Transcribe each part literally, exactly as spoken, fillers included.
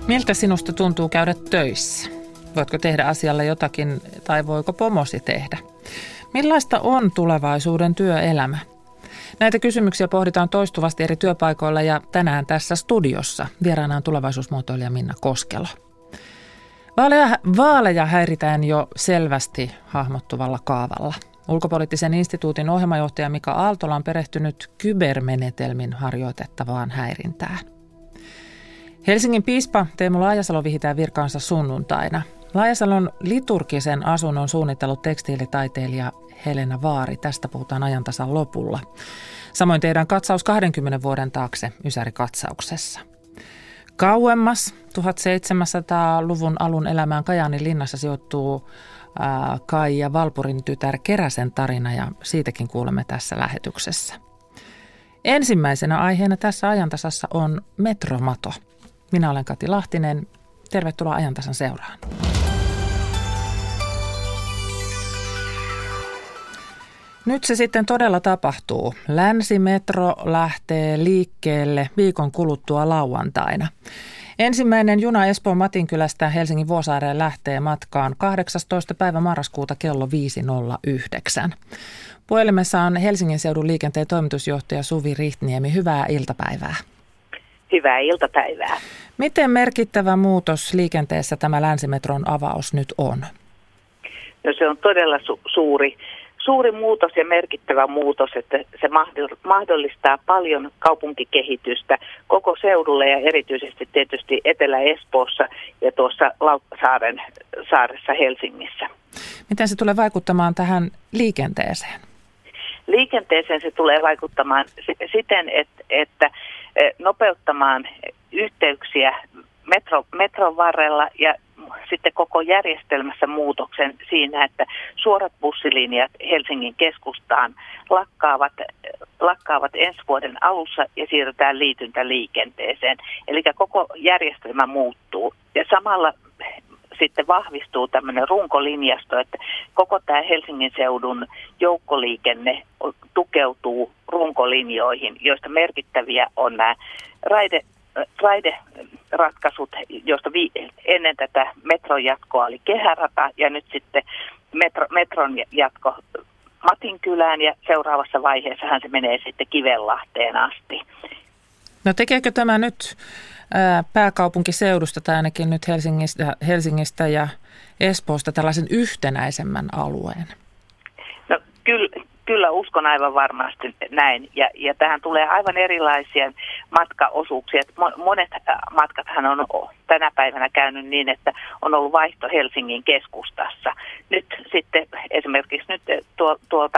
Miltä sinusta tuntuu käydä töissä? Voitko tehdä asialle jotakin tai voiko pomosi tehdä? Millaista on tulevaisuuden työelämä? Näitä kysymyksiä pohditaan toistuvasti eri työpaikoilla ja tänään tässä studiossa vieraana on tulevaisuusmuotoilija Minna Koskelo. Vaaleja, vaaleja häiritään jo selvästi hahmottuvalla kaavalla. Ulkopoliittisen instituutin ohjelmajohtaja Mika Aaltola on perehtynyt kybermenetelmin harjoitettavaan häirintään. Helsingin piispa Teemu Laajasalo vihitään virkaansa sunnuntaina. Laajasalon liturgisen asunnon suunnitellut tekstiilitaiteilija Helena Vaari. Tästä puhutaan ajantasan lopulla. Samoin tehdään katsaus kahdenkymmenen vuoden taakse Ysäri-katsauksessa. Kauemmas tuhatseitsemänsataaluvun alun elämään Kajaanin linnassa sijoittuu ää, Kaija Valpurin tytär Keräsen tarina ja siitäkin kuulemme tässä lähetyksessä. Ensimmäisenä aiheena tässä ajantasassa on metromato. Minä olen Kati Lahtinen. Tervetuloa ajantasan seuraan. Nyt se sitten todella tapahtuu. Länsimetro lähtee liikkeelle viikon kuluttua lauantaina. Ensimmäinen juna Espoon Matinkylästä Helsingin Vuosaareen lähtee matkaan kahdeksastoista päivä marraskuuta kello viisi nolla yhdeksän. Puhelimessa on Helsingin seudun liikenteen toimitusjohtaja Suvi Rihtniemi. Hyvää iltapäivää. Hyvää iltapäivää. Miten merkittävä muutos liikenteessä tämä Länsimetron avaus nyt on? No se on todella su- suuri, suuri muutos ja merkittävä muutos, että se mahdollistaa paljon kaupunkikehitystä koko seudulle ja erityisesti tietysti Etelä-Espoossa ja tuossa Lauttasaaren saaressa Helsingissä. Miten se tulee vaikuttamaan tähän liikenteeseen? Liikenteeseen se tulee vaikuttamaan siten, että, että nopeuttamaan yhteyksiä metro, metron varrella ja sitten koko järjestelmässä muutoksen siinä, että suorat bussilinjat Helsingin keskustaan lakkaavat, lakkaavat ensi vuoden alussa ja siirrytään liityntäliikenteeseen. Eli koko järjestelmä muuttuu ja samalla sitten vahvistuu tämmöinen runkolinjasto, että koko tämä Helsingin seudun joukkoliikenne tukeutuu runkolinjoihin, joista merkittäviä on nämä raide, raideratkaisut, joista vi, ennen tätä metron jatkoa oli Kehärata ja nyt sitten metro, metron jatko Matinkylään ja seuraavassa vaiheessahan se menee sitten Kivenlahteen asti. No tekeekö tämä nyt pääkaupunkiseudusta tai ainakin nyt Helsingistä, Helsingistä ja Espoosta tällaisen yhtenäisemmän alueen? No kyllä, kyllä uskon aivan varmasti näin ja, ja tähän tulee aivan erilaisia matkaosuuksia. Monet matkathan on tänä päivänä käynyt niin, että on ollut vaihto Helsingin keskustassa. Nyt sitten esimerkiksi nyt tuolta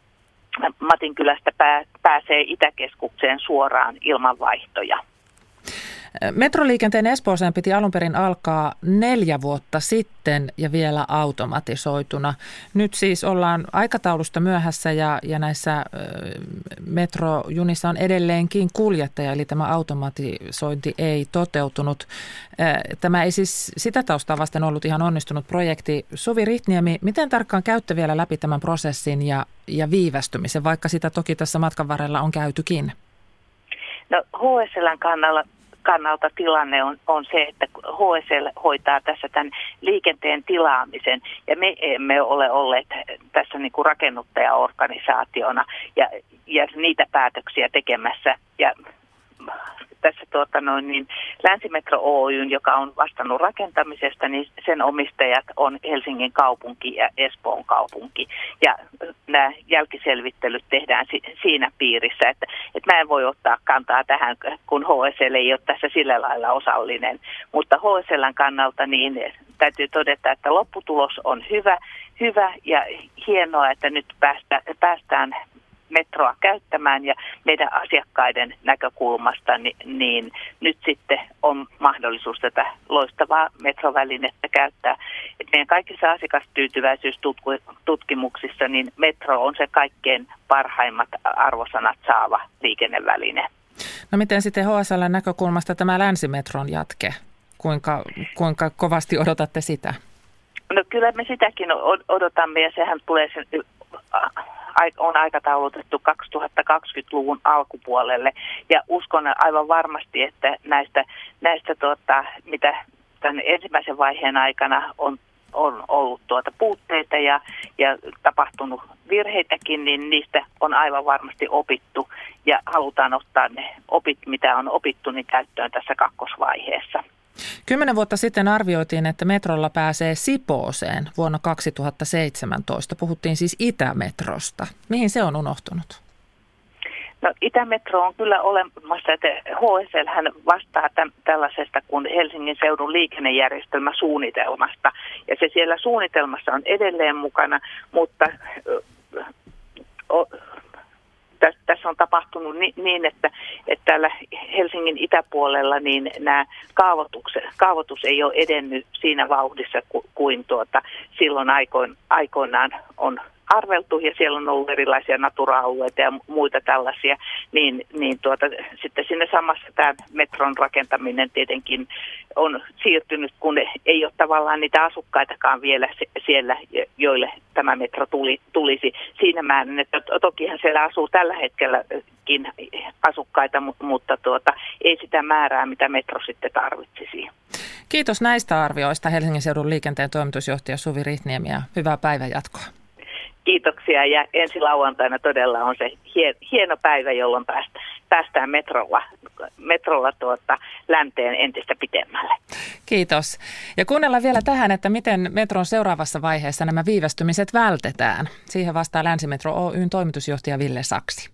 Matinkylästä pää, pääsee Itäkeskukseen suoraan ilman vaihtoja. Metroliikenteen Espooseen piti alun perin alkaa neljä vuotta sitten ja vielä automatisoituna. Nyt siis ollaan aikataulusta myöhässä ja, ja näissä metrojunissa on edelleenkin kuljettaja, eli tämä automatisointi ei toteutunut. Tämä ei siis sitä taustaa vasten ollut ihan onnistunut projekti. Suvi Rihtniemi, miten tarkkaan käytte vielä läpi tämän prosessin ja, ja viivästymisen, vaikka sitä toki tässä matkan varrella on käytykin? No H S L:n kannalla kannalta tilanne on, on se, että H S L hoitaa tässä tämän liikenteen tilaamisen ja me emme ole olleet tässä niin kuin rakennuttajaorganisaationa ja, ja niitä päätöksiä tekemässä ja tässä tuota noin, niin Länsimetro Oyn, joka on vastannut rakentamisesta, niin sen omistajat on Helsingin kaupunki ja Espoon kaupunki. Ja nämä jälkiselvittelyt tehdään si- siinä piirissä, että, että mä en voi ottaa kantaa tähän, kun H S L ei ole tässä sillä lailla osallinen. Mutta H S L:n kannalta niin täytyy todeta, että lopputulos on hyvä, hyvä ja hienoa, että nyt päästä, päästään metroa käyttämään ja meidän asiakkaiden näkökulmasta, niin, niin nyt sitten on mahdollisuus tätä loistavaa metrovälinettä käyttää. Et meidän kaikissa asiakastyytyväisyystutkimuksissa niin metro on se kaikkein parhaimmat arvosanat saava liikenneväline. No miten sitten H S L:n näkökulmasta tämä Länsimetron jatke? Kuinka, kuinka kovasti odotatte sitä? No kyllä me sitäkin odotamme ja sehän tulee sen on aikataulutettu kaksituhattakaksikymmentäluvun alkupuolelle. Ja uskon aivan varmasti, että näistä, näistä tuota, mitä tämän ensimmäisen vaiheen aikana on, on ollut tuota puutteita ja, ja tapahtunut virheitäkin, niin niistä on aivan varmasti opittu ja halutaan ottaa ne opit, mitä on opittu, niin käyttöön tässä kakkosvaiheessa. Kymmenen vuotta sitten arvioitiin, että metrolla pääsee Sipooseen vuonna kaksituhattaseitsemäntoista. Puhuttiin siis Itämetrosta. Mihin se on unohtunut? No, Itämetro on kyllä olemassa, että H S L hän vastaa tämän, tällaisesta kuin Helsingin seudun liikennejärjestelmäsuunnitelmasta. Ja se siellä suunnitelmassa on edelleen mukana, mutta o, täs, tässä on tapahtunut ni, niin, että, että täällä Helsingin itäpuolella niin nämä kaavoitukset, kaavoitus ei ole edennyt siinä vauhdissa ku, kuin tuota, silloin aikoin, aikoinaan on arveltu, ja siellä on ollut erilaisia natura-alueita ja muita tällaisia, niin, niin tuota, sitten sinne samassa tämä metron rakentaminen tietenkin on siirtynyt, kun ei ole tavallaan niitä asukkaitakaan vielä siellä, joille tämä metro tuli, tulisi siinä määrin, että tokihan siellä asuu tällä hetkelläkin asukkaita, mutta tuota, ei sitä määrää, mitä metro sitten tarvitsisi. Kiitos näistä arvioista Helsingin seudun liikenteen toimitusjohtaja Suvi Rihtniemi ja hyvää päivänjatkoa. Kiitoksia, ja ensi lauantaina todella on se hieno päivä, jolloin päästään metrolla, metrolla tuota, länteen entistä pitemmälle. Kiitos. Ja kuunnellaan vielä tähän, että miten metron seuraavassa vaiheessa nämä viivästymiset vältetään. Siihen vastaa Länsimetro Oy:n toimitusjohtaja Ville Saksi.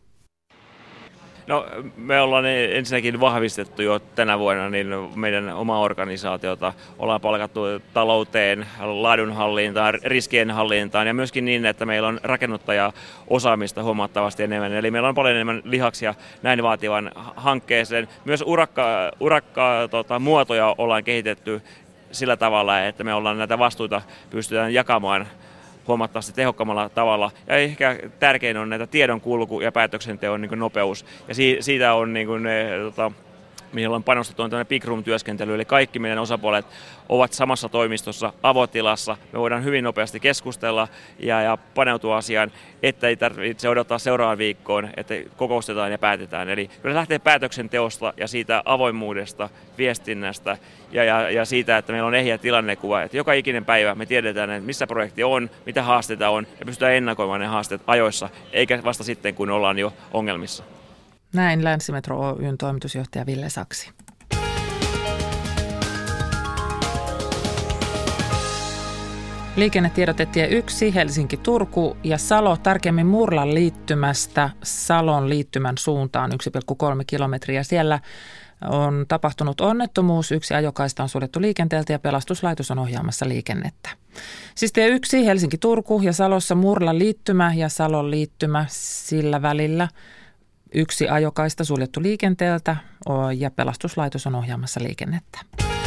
No, me ollaan ensinnäkin vahvistettu jo tänä vuonna niin meidän omaa organisaatiota. Ollaan palkattu talouteen, laadunhallintaan, riskienhallintaan ja myöskin niin, että meillä on rakennuttaja-osaamista huomattavasti enemmän. Eli meillä on paljon enemmän lihaksia näin vaativan hankkeeseen. Myös urakka, urakka tota, muotoja ollaan kehitetty sillä tavalla, että me ollaan näitä vastuita pystytään jakamaan huomattavasti tehokkaammalla tavalla. Ja ehkä tärkein on näitä tiedon kulku ja päätöksenteon niin kuin nopeus. Ja siitä on niin kuin ne, tota, mihin on panostettu, on tämmöinen big room-työskentely, eli kaikki meidän osapuolet ovat samassa toimistossa, avotilassa. Me voidaan hyvin nopeasti keskustella ja, ja paneutua asiaan, että ei tarvitse odottaa seuraavaan viikkoon, että kokoustetaan ja päätetään. Eli kyllä lähtee päätöksenteosta ja siitä avoimuudesta, viestinnästä ja, ja, ja siitä, että meillä on ehjä tilannekuva. Että joka ikinen päivä me tiedetään, että missä projekti on, mitä haasteita on ja pystytään ennakoimaan ne haasteet ajoissa, eikä vasta sitten, kun ollaan jo ongelmissa. Näin Länsimetro Oy:n toimitusjohtaja Ville Saksi. Liikennetiedotetie yksi, Helsinki-Turku ja Salo, tarkemmin Murlan liittymästä Salon liittymän suuntaan yksi pilkku kolme kilometriä. Siellä on tapahtunut onnettomuus, yksi ajokaista on suljettu liikenteeltä ja pelastuslaitos on ohjaamassa liikennettä. Siis tie yksi, Helsinki-Turku ja Salossa Murlan liittymä ja Salon liittymä sillä välillä. Yksi ajokaista suljettu liikenteeltä ja pelastuslaitos on ohjaamassa liikennettä.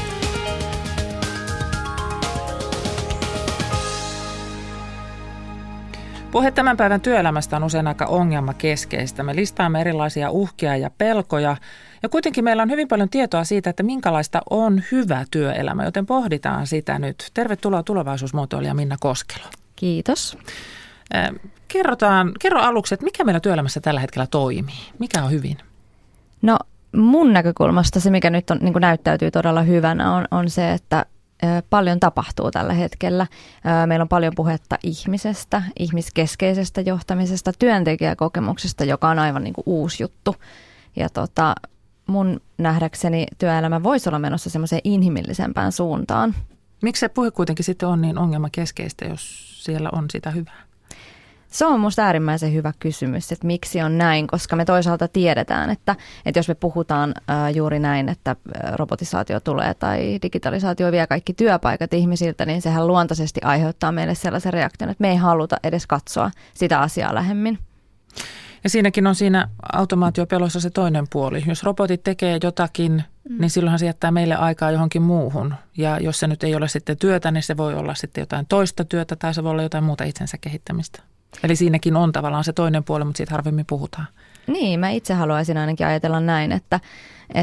Puhe tämän päivän työelämästä on usein aika ongelmakeskeistä. Me listaamme erilaisia uhkia ja pelkoja ja kuitenkin meillä on hyvin paljon tietoa siitä, että minkälaista on hyvä työelämä, joten pohditaan sitä nyt. Tervetuloa tulevaisuusmuotoilija Minna Koskelo. Kiitos. Kerrotaan, kerro aluksi, että mikä meillä työelämässä tällä hetkellä toimii? Mikä on hyvin? No mun näkökulmasta se, mikä nyt on, niin kuin näyttäytyy todella hyvänä, on, on se, että paljon tapahtuu tällä hetkellä. Meillä on paljon puhetta ihmisestä, ihmiskeskeisestä johtamisesta, työntekijäkokemuksesta, joka on aivan niin kuin uusi juttu. Ja tota, mun nähdäkseni työelämä voisi olla menossa semmoiseen inhimillisempään suuntaan. Miksi se puhe kuitenkin sitten on niin ongelmakeskeistä, jos siellä on sitä hyvää? Se on musta äärimmäisen hyvä kysymys, että miksi on näin, koska me toisaalta tiedetään, että, että jos me puhutaan ää, juuri näin, että robotisaatio tulee tai digitalisaatio vie kaikki työpaikat ihmisiltä, niin sehän luontaisesti aiheuttaa meille sellaisen reaktion, että me ei haluta edes katsoa sitä asiaa lähemmin. Ja siinäkin on siinä automaatiopelossa se toinen puoli. Jos robotit tekee jotakin, mm. niin silloinhan se jättää meille aikaa johonkin muuhun. Ja jos se nyt ei ole sitten työtä, niin se voi olla sitten jotain toista työtä tai se voi olla jotain muuta itsensä kehittämistä. Eli siinäkin on tavallaan se toinen puoli, mutta siitä harvemmin puhutaan. Niin, mä itse haluaisin ainakin ajatella näin, että, että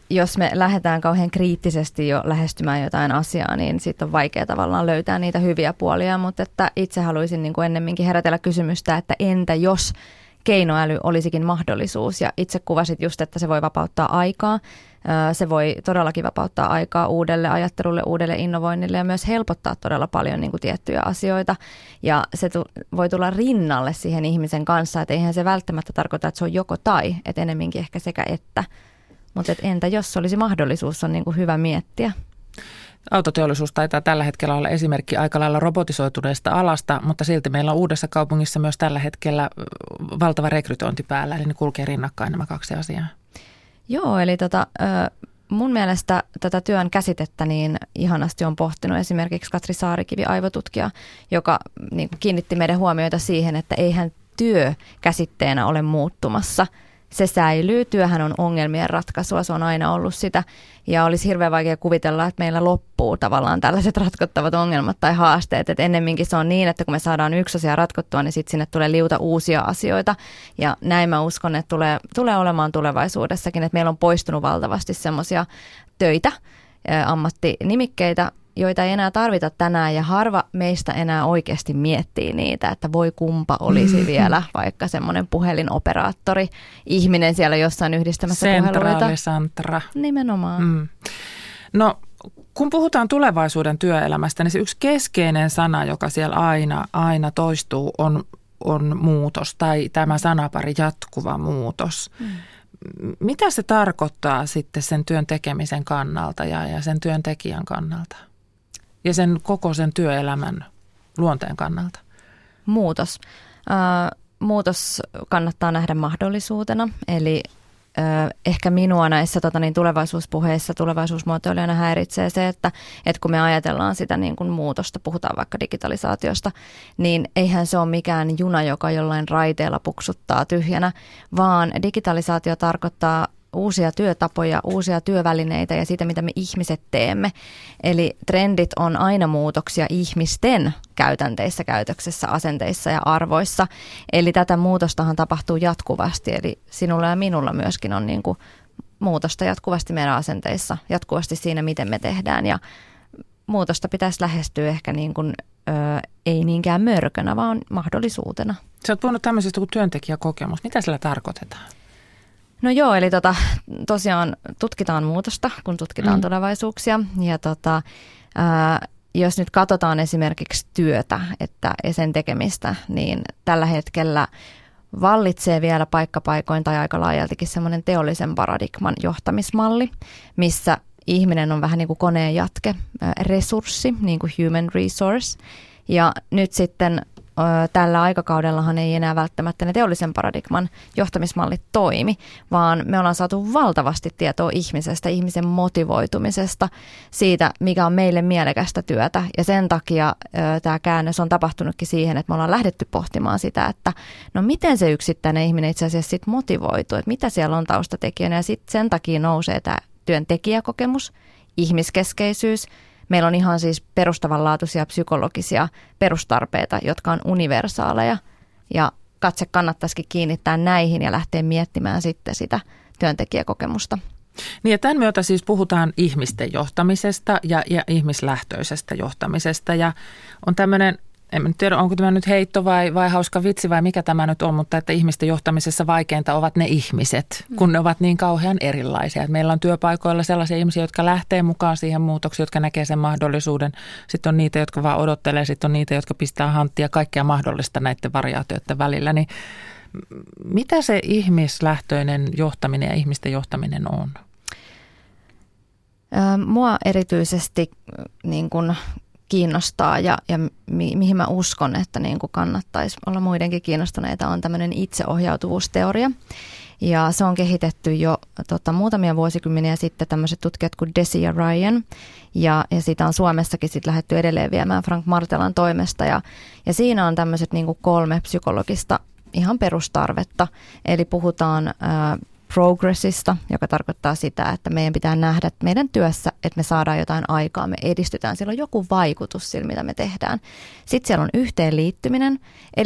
jos me lähdetään kauhean kriittisesti jo lähestymään jotain asiaa, niin sitten on vaikea tavallaan löytää niitä hyviä puolia, mutta että itse haluaisin niin kuin ennemminkin herätellä kysymystä, että entä jos keinoäly olisikin mahdollisuus, ja itse kuvasit just, että se voi vapauttaa aikaa, se voi todellakin vapauttaa aikaa uudelle ajattelulle, uudelle innovoinnille ja myös helpottaa todella paljon niin kuin tiettyjä asioita, ja se tu- voi tulla rinnalle siihen ihmisen kanssa, että eihän se välttämättä tarkoita, että se on joko tai, että enemmänkin ehkä sekä että. Mutta entä jos olisi mahdollisuus, on niin kuin hyvä miettiä. Autoteollisuus taitaa tällä hetkellä olla esimerkki aika lailla robotisoituneesta alasta, mutta silti meillä on Uudessa kaupungissa myös tällä hetkellä valtava rekrytointi päällä, eli ne kulkee rinnakkain nämä kaksi asiaa. Joo, eli tota, mun mielestä tätä työn käsitettä niin ihanasti on pohtinut esimerkiksi Katri Saarikivi, aivotutkija, joka niin kuin kiinnitti meidän huomioita siihen, että eihän työ käsitteenä ole muuttumassa. Se säilyy, työhän on ongelmien ratkaisua, se on aina ollut sitä, ja olisi hirveän vaikea kuvitella, että meillä loppuu tavallaan tällaiset ratkottavat ongelmat tai haasteet, että ennemminkin se on niin, että kun me saadaan yksi asia ratkottua, niin sitten sinne tulee liuta uusia asioita, ja näin mä uskon, että tulee, tulee olemaan tulevaisuudessakin, että meillä on poistunut valtavasti semmoisia töitä, ammattinimikkeitä, joita ei enää tarvita tänään, ja harva meistä enää oikeasti miettii niitä, että voi kumpa olisi vielä vaikka semmoinen puhelinoperaattori, ihminen siellä jossain yhdistämässä puheluita. Sentraalisantra. Nimenomaan. Mm. No, kun puhutaan tulevaisuuden työelämästä, niin se yksi keskeinen sana, joka siellä aina, aina toistuu, on, on muutos, tai tämä sanapari jatkuva muutos. Mm. Mitä se tarkoittaa sitten sen työn tekemisen kannalta ja, ja sen työntekijän kannalta? Ja sen koko sen työelämän luonteen kannalta? Muutos. Äh, muutos kannattaa nähdä mahdollisuutena. Eli äh, ehkä minua näissä tota, niin, tulevaisuuspuheissa, tulevaisuusmuotoilijana häiritsee se, että, että kun me ajatellaan sitä niin kuin muutosta, puhutaan vaikka digitalisaatiosta, niin eihän se ole mikään juna, joka jollain raiteella puksuttaa tyhjänä, vaan digitalisaatio tarkoittaa uusia työtapoja, uusia työvälineitä ja sitä, mitä me ihmiset teemme. Eli trendit on aina muutoksia ihmisten käytänteissä, käytöksessä, asenteissa ja arvoissa. Eli tätä muutostahan tapahtuu jatkuvasti. Eli sinulla ja minulla myöskin on niin kuin muutosta jatkuvasti meidän asenteissa, jatkuvasti siinä, miten me tehdään. Ja muutosta pitäisi lähestyä ehkä niin kuin, ö, ei niinkään mörkönä, vaan mahdollisuutena. Sä oot puhunut tämmöisestä kuin työntekijäkokemus. Mitä sillä tarkoitetaan? No joo, eli tota, tosiaan tutkitaan muutosta, kun tutkitaan mm. tulevaisuuksia. Ja tota, ää, jos nyt katsotaan esimerkiksi työtä että, ja sen tekemistä, niin tällä hetkellä vallitsee vielä paikkapaikoin tai aika laajaltikin semmoinen teollisen paradigman johtamismalli, missä ihminen on vähän niin kuin koneen jatke, ää, resurssi, niin kuin human resource. Ja nyt sitten tällä aikakaudellahan ei enää välttämättä ne teollisen paradigman johtamismallit toimi, vaan me ollaan saatu valtavasti tietoa ihmisestä, ihmisen motivoitumisesta, siitä, mikä on meille mielekästä työtä. Ja sen takia ö, tämä käännös on tapahtunutkin siihen, että me ollaan lähdetty pohtimaan sitä, että no miten se yksittäinen ihminen itse asiassa sit motivoituu, että mitä siellä on taustatekijänä. Ja sitten sen takia nousee tämä työntekijäkokemus, ihmiskeskeisyys. Meillä on ihan siis perustavanlaatuisia psykologisia perustarpeita, jotka on universaaleja, ja katse kannattaisikin kiinnittää näihin ja lähteä miettimään sitten sitä työntekijäkokemusta. Niin ja tämän myötä siis puhutaan ihmisten johtamisesta ja, ja ihmislähtöisestä johtamisesta, ja on tämmöinen, en tiedä onko tämä nyt heitto vai, vai hauska vitsi vai mikä tämä nyt on, mutta että ihmisten johtamisessa vaikeinta ovat ne ihmiset, kun ne ovat niin kauhean erilaisia. Että meillä on työpaikoilla sellaisia ihmisiä, jotka lähtee mukaan siihen muutoksiin, jotka näkee sen mahdollisuuden. Sitten on niitä, jotka vaan odottelee, sitten on niitä, jotka pistää hanttia kaikkea mahdollista näiden variaatioiden välillä. Niin mitä se ihmislähtöinen johtaminen ja ihmisten johtaminen on? Mua erityisesti niin kun kiinnostaa ja, ja mi, mihin mä uskon, että niin kuin kannattaisi olla muidenkin kiinnostuneita, on tämmöinen itseohjautuvuusteoria. Ja se on kehitetty jo tota, muutamia vuosikymmeniä sitten tämmöiset tutkijat kuin Desi ja Ryan. Ja, ja siitä on Suomessakin sit lähdetty edelleen viemään Frank Martelan toimesta. Ja, ja siinä on tämmöiset niin kuin kolme psykologista ihan perustarvetta. Eli puhutaan ää, progressista, joka tarkoittaa sitä, että meidän pitää nähdä meidän työssä, että me saadaan jotain aikaa, me edistytään, siellä on joku vaikutus sillä, mitä me tehdään. Sitten siellä on yhteenliittyminen, eli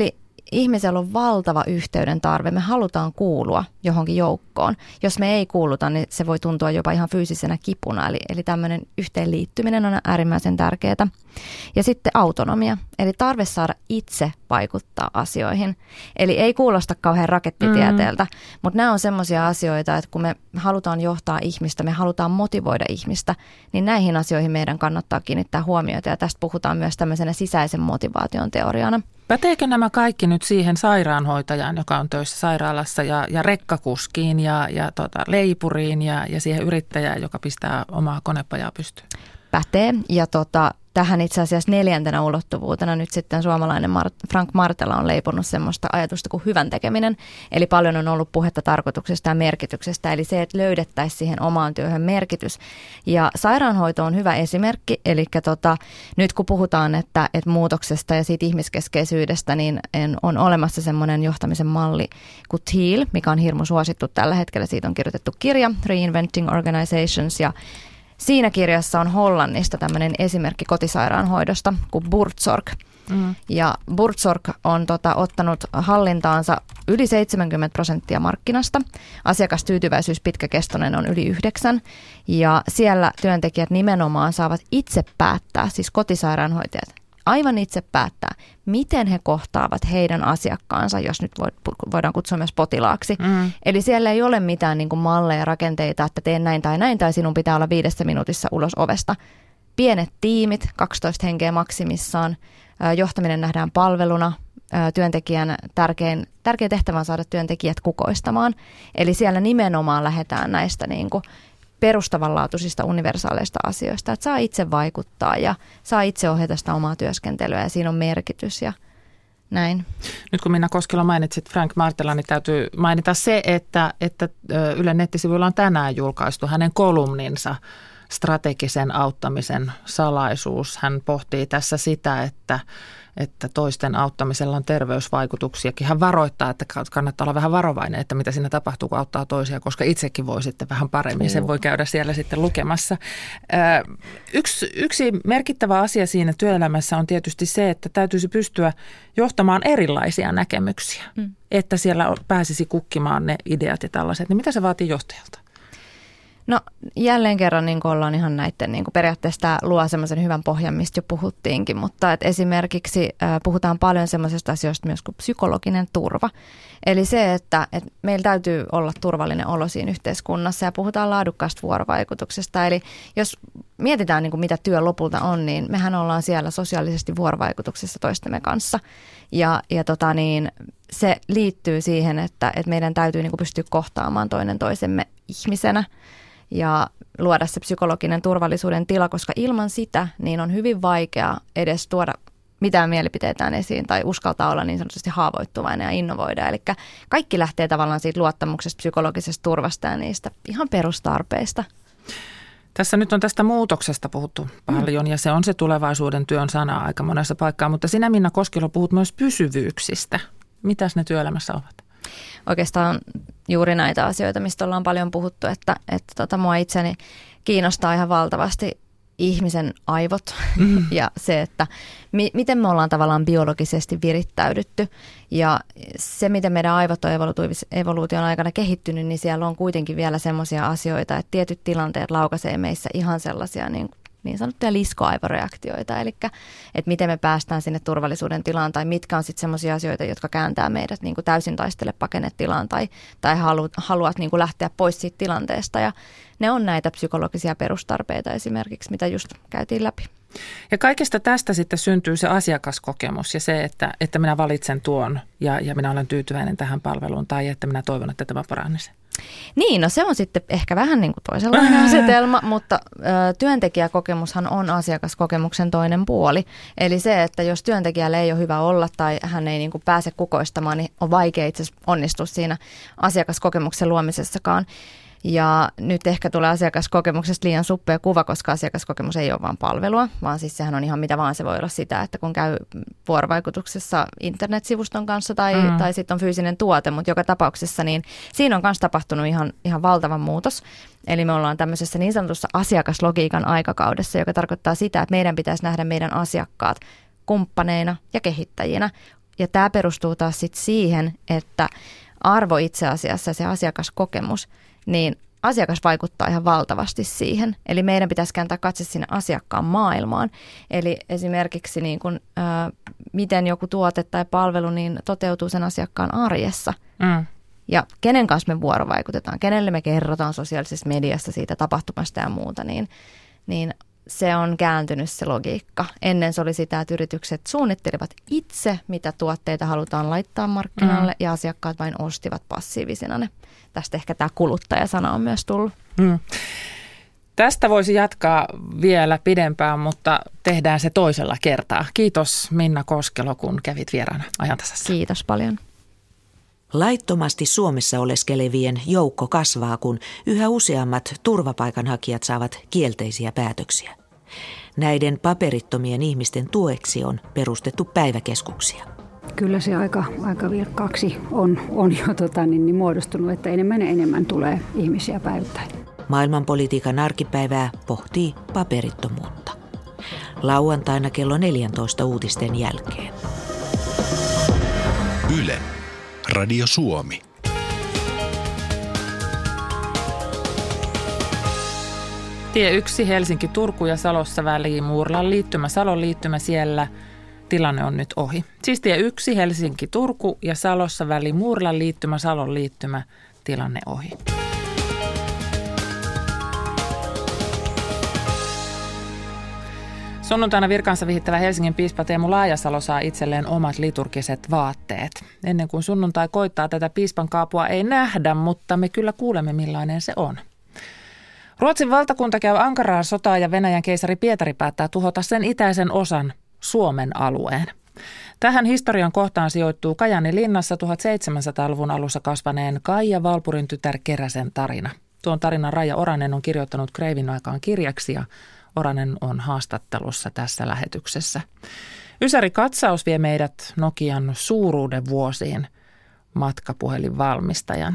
ihmisellä on valtava yhteyden tarve. Me halutaan kuulua johonkin joukkoon. Jos me ei kuuluta, niin se voi tuntua jopa ihan fyysisenä kipuna. Eli, eli tämmöinen yhteenliittyminen on äärimmäisen tärkeää. Ja sitten autonomia, eli tarve saada itse vaikuttaa asioihin. Eli ei kuulosta kauhean rakettitieteeltä, mm. mutta nämä on semmoisia asioita, että kun me halutaan johtaa ihmistä, me halutaan motivoida ihmistä, niin näihin asioihin meidän kannattaa kiinnittää huomiota. Ja tästä puhutaan myös tämmöisenä sisäisen motivaation teoriana. Päteekö nämä kaikki nyt siihen sairaanhoitajaan, joka on töissä sairaalassa, ja, ja rekkakuskiin ja, ja tota, leipuriin ja, ja siihen yrittäjään, joka pistää omaa konepajaa pystyyn? Pätee. Ja tota, tähän itse asiassa neljäntenä ulottuvuutena nyt sitten suomalainen Mar- Frank Martela on leiponut semmoista ajatusta kuin hyvän tekeminen. Eli paljon on ollut puhetta tarkoituksesta ja merkityksestä, eli se, että löydettäisiin siihen omaan työhön merkitys. Ja sairaanhoito on hyvä esimerkki, eli tota, nyt kun puhutaan että, että muutoksesta ja siitä ihmiskeskeisyydestä, niin on olemassa semmoinen johtamisen malli kuin T E A L, mikä on hirmu suosittu tällä hetkellä. Siitä on kirjoitettu kirja, Reinventing Organizations, ja siinä kirjassa on Hollannista tämmöinen esimerkki kotisairaanhoidosta kuin Buurtzorg. Mm. Ja Buurtzorg on tota, ottanut hallintaansa yli seitsemänkymmentä prosenttia markkinasta. Asiakastyytyväisyys pitkäkestoinen on yli yhdeksän. Ja siellä työntekijät nimenomaan saavat itse päättää, siis kotisairaanhoitajat, aivan itse päättää, miten he kohtaavat heidän asiakkaansa, jos nyt voidaan kutsua myös potilaaksi. Mm. Eli siellä ei ole mitään niin kuin malleja, rakenteita, että teen näin tai näin, tai sinun pitää olla viidessä minuutissa ulos ovesta. Pienet tiimit, kaksitoista henkeä maksimissaan, johtaminen nähdään palveluna, työntekijän tärkein, tärkein tehtävä on saada työntekijät kukoistamaan. Eli siellä nimenomaan lähdetään näistä niin kuin perustavanlaatuisista universaaleista asioista, että saa itse vaikuttaa ja saa itse ohjata sitä omaa työskentelyä ja siinä on merkitys ja näin. Nyt kun Minna Koskela mainitsit Frank Martela, niin täytyy mainita se, että, että Ylen nettisivuilla on tänään julkaistu hänen kolumninsa strategisen auttamisen salaisuus. Hän pohtii tässä sitä, että että toisten auttamisella on terveysvaikutuksiakin. Hän varoittaa, että kannattaa olla vähän varovainen, että mitä siinä tapahtuu, kun auttaa toisia, koska itsekin voi sitten vähän paremmin. Sen voi käydä siellä sitten lukemassa. Yksi, yksi merkittävä asia siinä työelämässä on tietysti se, että täytyisi pystyä johtamaan erilaisia näkemyksiä, mm. että siellä pääsisi kukkimaan ne ideat ja tällaiset. Niin mitä se vaatii johtajalta? No jälleen kerran niin ollaan ihan näiden, niin periaatteessa tämä luo semmoisen hyvän pohjan, mistä jo puhuttiinkin, mutta et esimerkiksi äh, puhutaan paljon semmoisesta asioista myös kuin psykologinen turva. Eli se, että et meillä täytyy olla turvallinen olo siinä yhteiskunnassa ja puhutaan laadukkaasta vuorovaikutuksesta. Eli jos mietitään niin kuin mitä työ lopulta on, niin mehän ollaan siellä sosiaalisesti vuorovaikutuksessa toistemme kanssa. Ja, ja tota niin, se liittyy siihen, että, että meidän täytyy niin kuin pystyä kohtaamaan toinen toisemme ihmisenä ja luoda se psykologinen turvallisuuden tila, koska ilman sitä niin on hyvin vaikea edes tuoda mitään mielipiteitään esiin tai uskaltaa olla niin sanotusti haavoittuvainen ja innovoida. Eli kaikki lähtee tavallaan siitä luottamuksesta, psykologisesta turvasta ja niistä ihan perustarpeista. Tässä nyt on tästä muutoksesta puhuttu paljon ja se on se tulevaisuuden työn sana aika monessa paikkaa, mutta sinä Minna Koskela puhut myös pysyvyyksistä. Mitäs ne työelämässä ovat? Oikeastaan juuri näitä asioita, mistä ollaan paljon puhuttu, että, että tota, mua itseni kiinnostaa ihan valtavasti ihmisen aivot mm. ja se, että mi- miten me ollaan tavallaan biologisesti virittäydytty ja se, miten meidän aivot on evoluution aikana kehittynyt, niin siellä on kuitenkin vielä semmoisia asioita, että tietyt tilanteet laukaisee meissä ihan sellaisia niin niin sanottuja liskoaivoreaktioita, eli että miten me päästään sinne turvallisuuden tilaan tai mitkä on sitten semmoisia asioita, jotka kääntää meidät niin kuin täysin taistele pakenetilaan tai, tai halu, haluat niin kuin lähteä pois siitä tilanteesta ja ne on näitä psykologisia perustarpeita esimerkiksi, mitä just käytiin läpi. Ja kaikesta tästä sitten syntyy se asiakaskokemus ja se, että, että minä valitsen tuon ja, ja minä olen tyytyväinen tähän palveluun tai että minä toivon, että tämä paranisi. Niin, no se on sitten ehkä vähän niin kuin toisenlainen asetelma, mutta ö, työntekijäkokemushan on asiakaskokemuksen toinen puoli. Eli se, että jos työntekijälle ei ole hyvä olla tai hän ei niin kuin pääse kukoistamaan, niin on vaikea itse asiassa onnistua siinä asiakaskokemuksen luomisessakaan. Ja nyt ehkä tulee asiakaskokemuksesta liian suppea kuva, koska asiakaskokemus ei ole vain palvelua, vaan siis sehän on ihan mitä vaan. Se voi olla sitä, että kun käy vuorovaikutuksessa internetsivuston kanssa tai, mm. tai sitten on fyysinen tuote, mutta joka tapauksessa niin siinä on myös tapahtunut ihan, ihan valtava muutos. Eli me ollaan tämmöisessä niin sanotussa asiakaslogiikan aikakaudessa, joka tarkoittaa sitä, että meidän pitäisi nähdä meidän asiakkaat kumppaneina ja kehittäjinä, Ja tämä perustuu taas sit siihen, että arvo itse asiassa, se asiakaskokemus, niin asiakas vaikuttaa ihan valtavasti siihen. Eli meidän pitäisi kääntää katse sinne asiakkaan maailmaan. Eli esimerkiksi niin kun, ä, miten joku tuote tai palvelu niin toteutuu sen asiakkaan arjessa. Mm. Ja kenen kanssa me vuorovaikutetaan, kenelle me kerrotaan sosiaalisessa mediassa siitä tapahtumasta ja muuta, niin, niin se on kääntynyt se logiikka. Ennen se oli sitä, että yritykset suunnittelivat itse, mitä tuotteita halutaan laittaa markkinoille, mm. ja asiakkaat vain ostivat passiivisina ne. Tästä ehkä tämä kuluttajasana on myös tullut. Mm. Tästä voisi jatkaa vielä pidempään, mutta tehdään se toisella kertaa. Kiitos Minna Koskelo, kun kävit vieraana Ajantasassa. Kiitos paljon. Laittomasti Suomessa oleskelevien joukko kasvaa, kun yhä useammat turvapaikanhakijat saavat kielteisiä päätöksiä. Näiden paperittomien ihmisten tueksi on perustettu päiväkeskuksia. Kyllä se aika, aika vilkkaaksi on, on jo tota, niin, niin muodostunut, että enemmän ja enemmän tulee ihmisiä päivittäin. Maailmanpolitiikan arkipäivää pohtii paperittomuutta. Lauantaina kello neljäntoista uutisten jälkeen. Yle. Radio Suomi. Tie yksi Helsinki-Turku ja Salossa väliin Muurlan liittymä, Salon liittymä siellä. Tilanne on nyt ohi. Siis tie yksi Helsinki-Turku ja Salossa väliin Muurlan liittymä, Salon liittymä. Tilanne ohi. Sunnuntaina virkansa vihittävä Helsingin piispa Teemu Laajasalo saa itselleen omat liturgiset vaatteet. Ennen kuin sunnuntai koittaa, tätä piispan kaapua ei nähdä, mutta me kyllä kuulemme millainen se on. Ruotsin valtakunta käy ankaraa sotaa ja Venäjän keisari Pietari päättää tuhota sen itäisen osan, Suomen alueen. Tähän historian kohtaan sijoittuu Kajaanin linnassa tuhatseitsemänsataaluvun alussa kasvaneen Kaija Valpurin tytär Keräsen tarina. Tuon tarinan Raija Oranen on kirjoittanut Kreivin aikaan kirjaksi ja Oranen on haastattelussa tässä lähetyksessä. Ysäri katsaus vie meidät Nokian suuruuden vuosiin matkapuhelinvalmistajana.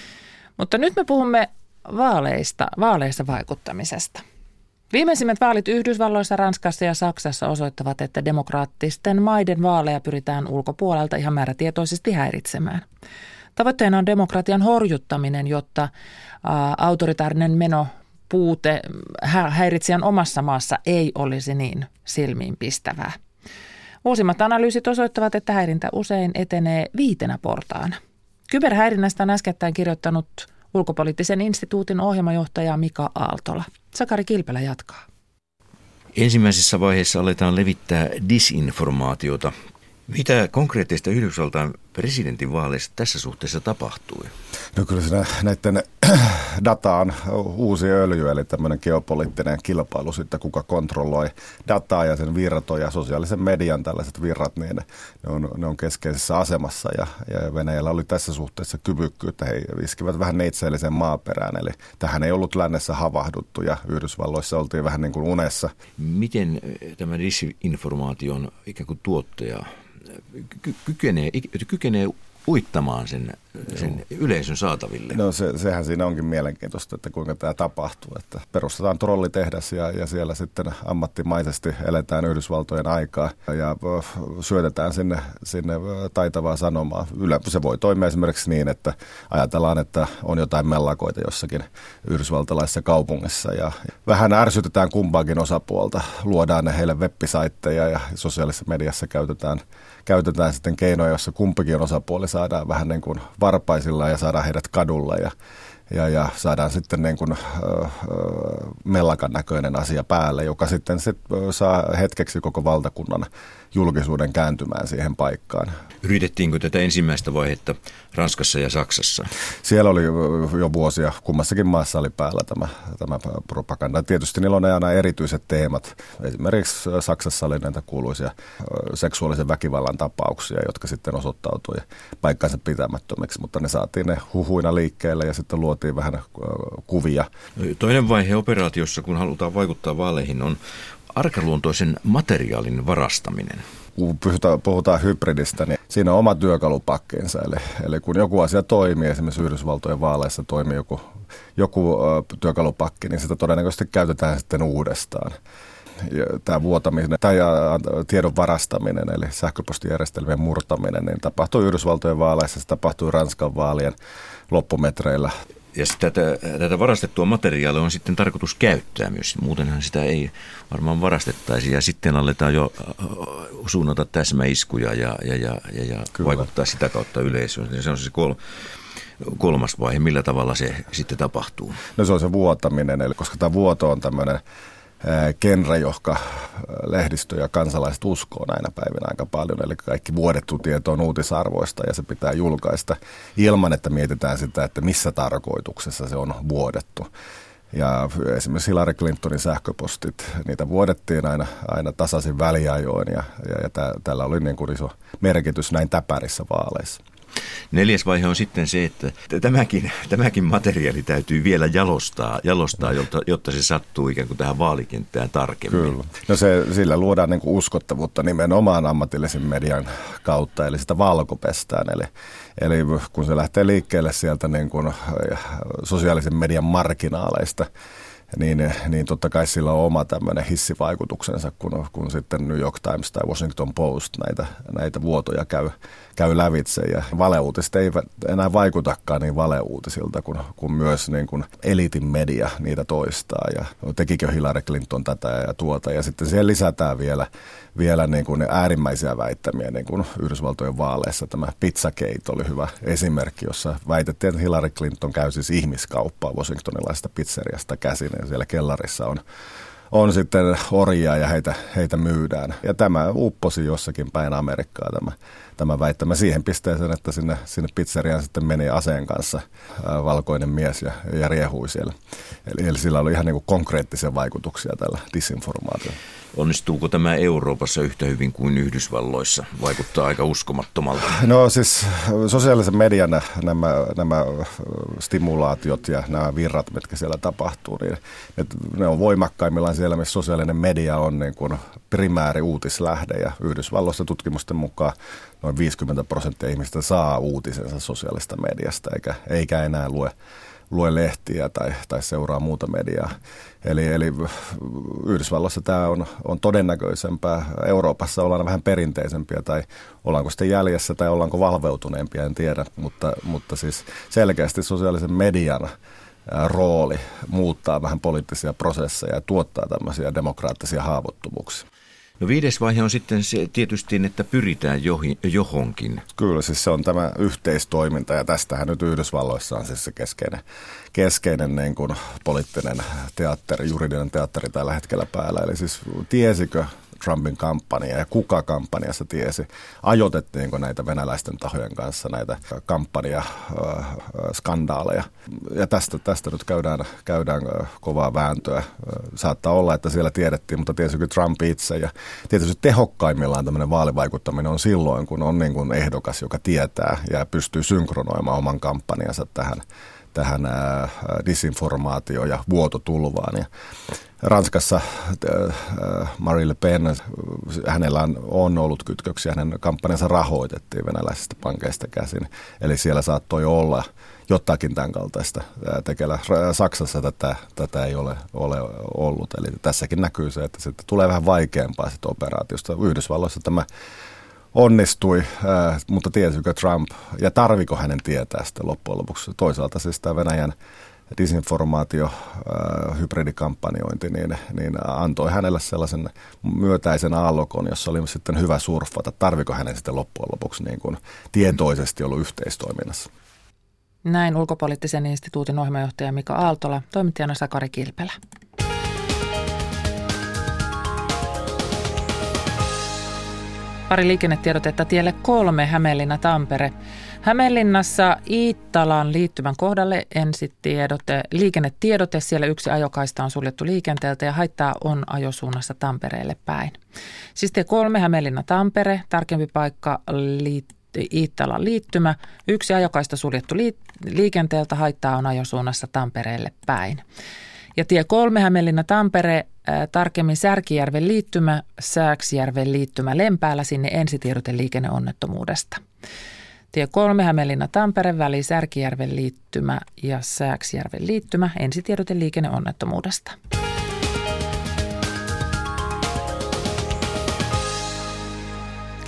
Mutta nyt me puhumme vaaleista, vaaleissa vaikuttamisesta. Viimeisimmät vaalit Yhdysvalloissa, Ranskassa ja Saksassa osoittavat, että demokraattisten maiden vaaleja pyritään ulkopuolelta ihan määrätietoisesti häiritsemään. Tavoitteena on demokratian horjuttaminen, jotta ä, autoritaarinen meno puute häiritsijän omassa maassa ei olisi niin silmiinpistävää. Uusimmat analyysit osoittavat, että häirintä usein etenee viitenä portaana. Kyberhäirinnästä on äskettäin kirjoittanut Ulkopoliittisen instituutin ohjelmajohtaja Mika Aaltola. Sakari Kilpelä jatkaa. Ensimmäisessä vaiheessa aletaan levittää disinformaatiota. Mitä konkreettista Yhdysvaltain presidentinvaaleissa tässä suhteessa tapahtui? No kyllä siinä näiden data on uusi öljy, eli tämmöinen geopoliittinen kilpailu sitten, kuka kontrolloi dataa ja sen virtoja, sosiaalisen median tällaiset virrat, niin ne on, ne on keskeisessä asemassa ja, ja Venäjällä oli tässä suhteessa kyvykkyyttä. He iskivät vähän neitseellisen maaperään, eli tähän ei ollut lännessä havahduttu ja Yhdysvalloissa oltiin vähän niin kuin unessa. Miten tämä disinformaation ikään kuin tuottaja ky- kykenee, kykenee uittamaan sen, sen yleisön saataville? No se, sehän siinä onkin mielenkiintoista, että kuinka tämä tapahtuu. Että perustetaan trollitehdas ja, ja siellä sitten ammattimaisesti eletään Yhdysvaltojen aikaa ja syötetään sinne, sinne taitavaa sanomaa. Yle, se voi toimia esimerkiksi niin, että ajatellaan, että on jotain mellakoita jossakin yhdysvaltalaisessa kaupungissa ja vähän ärsytetään kumpaakin osapuolta. Luodaan ne heille web-saitteja ja sosiaalisessa mediassa käytetään Käytetään sitten keinoja, jossa kumpikin osapuoli saadaan vähän niin kuin varpaisilla ja saadaan heidät kadulla ja, ja, ja saadaan sitten niin kuin, ö, mellakan näköinen asia päälle, joka sitten sit saa hetkeksi koko valtakunnan julkisuuden kääntymään siihen paikkaan. Yritettiinkö tätä ensimmäistä vaihetta Ranskassa ja Saksassa? Siellä oli jo vuosia, kummassakin maassa oli päällä tämä, tämä propaganda. Tietysti niillä on aina erityiset teemat. Esimerkiksi Saksassa oli näitä kuuluisia seksuaalisen väkivallan tapauksia, jotka sitten osoittautui paikkansa pitämättömiksi, mutta ne saatiin ne huhuina liikkeelle ja sitten luotiin vähän kuvia. Toinen vaihe operaatiossa, kun halutaan vaikuttaa vaaleihin, on arkaluontoisen materiaalin varastaminen. Kun puhutaan, puhutaan hybridistä, niin siinä on oma työkalupakkinsa. Eli, eli kun joku asia toimii, esimerkiksi Yhdysvaltojen vaaleissa toimii joku, joku ö, työkalupakki, niin sitä todennäköisesti käytetään sitten uudestaan. tämä vuotaminen tai tiedon varastaminen, eli sähköpostijärjestelmien murtaminen, niin tapahtui Yhdysvaltojen vaaleissa, se tapahtui Ranskan vaalien loppumetreillä. Ja tätä, tätä varastettua materiaalia on sitten tarkoitus käyttää myös. Muutenhan sitä ei varmaan varastettaisi. Ja sitten aletaan jo suunnata täsmäiskuja ja, ja, ja, ja, ja vaikuttaa sitä kautta yleisöön. Se on se kol, kolmas vaihe. Millä tavalla se sitten tapahtuu? No se on se vuotaminen. Eli koska tämä vuoto on tämmöinen genre, johon lehdistö ja kansalaiset uskoo näinä päivinä aika paljon. Eli kaikki vuodettu tieto on uutisarvoista ja se pitää julkaista ilman, että mietitään sitä, että missä tarkoituksessa se on vuodettu. Ja esimerkiksi Hillary Clintonin sähköpostit, niitä vuodettiin aina, aina tasaisin väliajoin ja, ja, ja tä, tällä oli niin kuin iso merkitys näin täpärissä vaaleissa. Neljäs vaihe on sitten se, että tämäkin, tämäkin materiaali täytyy vielä jalostaa, jalostaa jotta, jotta se sattuu ikään kuin tähän vaalikenttään tarkemmin. Kyllä. No se, sillä luodaan niin kuin uskottavuutta nimenomaan ammatillisen median kautta, eli sitä valkopestään. Eli, eli kun se lähtee liikkeelle sieltä niin kuin sosiaalisen median marginaaleista, Niin, niin totta kai sillä on oma tämmöinen hissivaikutuksensa, kun, kun sitten New York Times tai Washington Post näitä, näitä vuotoja käy, käy lävitse. Ja valeuutiset ei enää vaikutakaan niin valeuutisilta, kun, kun myös niin kuin eliitin media niitä toistaa. Ja tekikö Hillary Clinton tätä ja tuota. Ja sitten siihen lisätään vielä, vielä niin kuin äärimmäisiä väittämiä, niin kuin Yhdysvaltojen vaaleissa. Tämä Pizzagate oli hyvä esimerkki, jossa väitettiin, että Hillary Clinton käy siis ihmiskauppaa washingtonilaisesta pizzeriasta käsin. Ja siellä kellarissa on, on sitten orjia ja heitä, heitä myydään. Ja tämä upposi jossakin päin Amerikkaa tämä, tämä väittämä siihen pisteeseen, että sinne, sinne pizzeriaan sitten meni aseen kanssa ää, valkoinen mies ja, ja riehui siellä. Eli, eli sillä oli ihan niin kuin konkreettisia vaikutuksia tällä disinformaatiolla. Onnistuuko tämä Euroopassa yhtä hyvin kuin Yhdysvalloissa? Vaikuttaa aika uskomattomalta. No siis sosiaalisen median nämä, nämä stimulaatiot ja nämä virrat, mitkä siellä tapahtuu, niin ne on voimakkaimmillaan siellä, missä sosiaalinen media on niin kuin primääri uutislähde. Ja Yhdysvalloissa tutkimusten mukaan noin viisikymmentä prosenttia ihmistä saa uutisensa sosiaalista mediasta, eikä, eikä enää lue lue lehtiä tai, tai seuraa muuta mediaa. Eli, eli Yhdysvalloissa tämä on, on todennäköisempää. Euroopassa ollaan vähän perinteisempiä tai ollaanko sitten jäljessä tai ollaanko valveutuneempia, en tiedä. Mutta, mutta siis selkeästi sosiaalisen median rooli muuttaa vähän poliittisia prosesseja ja tuottaa tämmöisiä demokraattisia haavoittuvuuksia. No viides vaihe on sitten se tietysti, että pyritään johin, johonkin. Kyllä, siis se on tämä yhteistoiminta ja tästähän nyt Yhdysvalloissa on siis se keskeinen, keskeinen niin kuin poliittinen teatteri, juridinen teatteri tällä hetkellä päällä. Eli siis tiesikö Trumpin kampanja ja kuka kampanjassa tiesi, ajoitettiinko näitä venäläisten tahojen kanssa näitä kampanjaskandaaleja. Ja tästä, tästä nyt käydään, käydään kovaa vääntöä. Saattaa olla, että siellä tiedettiin, mutta tiesikö Trump itse. Ja tietysti tehokkaimmillaan tämmöinen vaalivaikuttaminen on silloin, kun on niin kuin ehdokas, joka tietää ja pystyy synkronoimaan oman kampanjansa tähän, tähän ää, disinformaatio- ja vuototulvaan. Ja Ranskassa äh, Marine Le Pen, hänellä on ollut kytköksiä, hänen kampanjansa rahoitettiin venäläisistä pankeista käsin. Eli siellä saattoi olla jotakin tämän kaltaista tekellä. Saksassa tätä, tätä ei ole, ole ollut. Eli tässäkin näkyy se, että sitten tulee vähän vaikeampaa sitä operaatiosta. Yhdysvalloissa tämä onnistui, äh, mutta tiesikö Trump ja tarviko hänen tietää sitten loppujen lopuksi. Toisaalta siis tämä Venäjän disinformaatio, äh, hybridikampanjointi, niin, niin antoi hänelle sellaisen myötäisen aallokon, jossa oli sitten hyvä surffata. Tarviko hänen sitten loppujen lopuksi niin kuin tietoisesti ollut yhteistoiminnassa? Näin Ulkopoliittisen instituutin ohjelmajohtaja Mika Aaltola, toimittajana Sakari Kilpelä. Pari liikennetiedotetta tielle kolme Hämeenlinna-Tampere. Hämeenlinnassa Iittalan liittymän kohdalle ensitiedote, liikennetiedote. Siellä yksi ajokaista on suljettu liikenteeltä ja haittaa on ajosuunnassa Tampereelle päin. Siis tie kolme Hämeenlinna-Tampere, tarkempi paikka liittyen. Iittalan liittymä. Yksi ajokaista suljettu liikenteeltä, haittaa on ajosuunnassa Tampereelle päin. Ja tie kolme Hämeenlinna-Tampere, ää, tarkemmin Särkijärven liittymä, Sääksijärven liittymä Lempäällä, sinne ensitiedote liikenneonnettomuudesta. Tie kolme Hämeenlinna-Tampere, väli Särkijärven liittymä ja Sääksijärven liittymä, ensitiedote liikenneonnettomuudesta.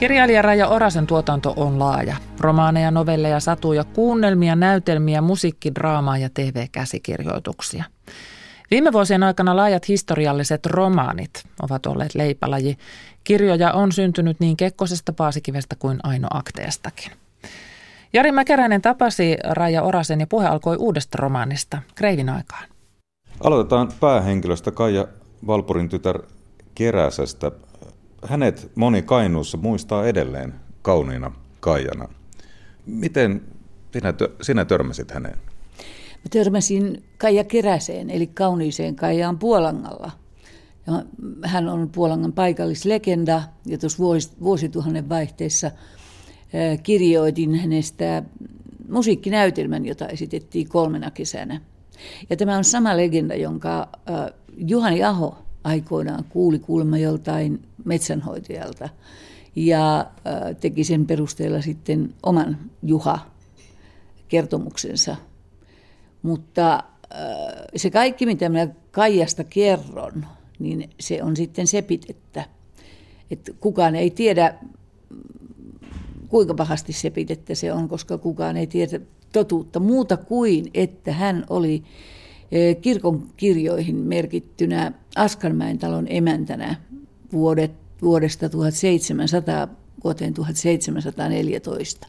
Kirjailija Raija Orasen tuotanto on laaja. Romaaneja, novelleja, satuja, kuunnelmia, näytelmiä, musiikkidraamaa ja T V-käsikirjoituksia. Viime vuosien aikana laajat historialliset romaanit ovat olleet leipälaji. Kirjoja on syntynyt niin Kekkosesta, Paasikivestä kuin Aino Akteestakin. Jari Mäkäräinen tapasi Raija Orasen ja puhe alkoi uudesta romaanista, Kreivin aikaan. Aloitetaan päähenkilöstä Kaija Valpurin tytär Keräsestä. Hänet moni Kainuussa muistaa edelleen kauniina Kaijana. Miten sinä, sinä törmäsit häneen? Mä törmäsin Kaija Keräseen, eli kauniiseen Kaijaan Puolangalla. Ja hän on Puolangan paikallislegenda, ja tuossa vuosituhannen vaihteessa kirjoitin hänestä musiikkinäytelmän, jota esitettiin kolmena kesänä. Ja tämä on sama legenda, jonka Juhani Aho aikoinaan kuuli kuulemma joltain metsänhoitajalta ja teki sen perusteella sitten oman Juha-kertomuksensa. Mutta se kaikki, mitä minä Kaijasta kerron, niin se on sitten sepitettä. Että kukaan ei tiedä, kuinka pahasti sepitettä se on, koska kukaan ei tiedä totuutta muuta kuin, että hän oli kirkon kirjoihin merkittynä Askanmäen talon emäntänä vuodet, vuodesta tuhatseitsemänsataa vuoteen tuhatseitsemänsataaneljätoista.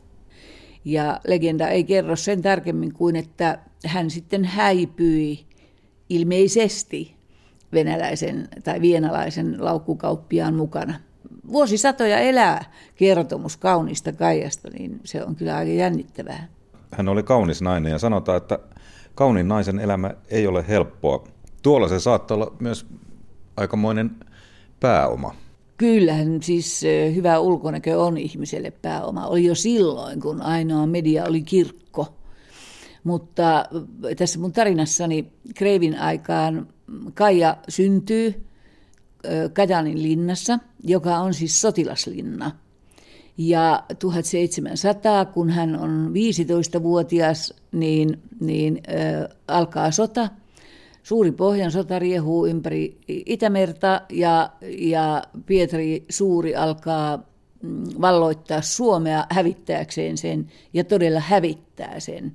Ja legenda ei kerro sen tarkemmin kuin, että hän sitten häipyi ilmeisesti venäläisen tai vienalaisen laukkukauppiaan mukana. Vuosisatoja elää kertomus kaunista Kaijasta, niin se on kyllä aika jännittävää. Hän oli kaunis nainen ja sanotaan, että kauniin naisen elämä ei ole helppoa. Tuolla se saattaa olla myös aikamoinen pääoma. Kyllähän siis hyvä ulkonäkö on ihmiselle pääoma. Oli jo silloin, kun ainoa media oli kirkko. Mutta tässä mun tarinassani Kreivin aikaan Kaija syntyy Kajanin linnassa, joka on siis sotilaslinna. Ja tuhatseitsemänsataa, kun hän on viisitoistavuotias, niin, niin äh, alkaa sota. Suuri Pohjan sota riehuu ympäri Itämerta ja, ja Pietari Suuri alkaa valloittaa Suomea hävittääkseen sen ja todella hävittää sen.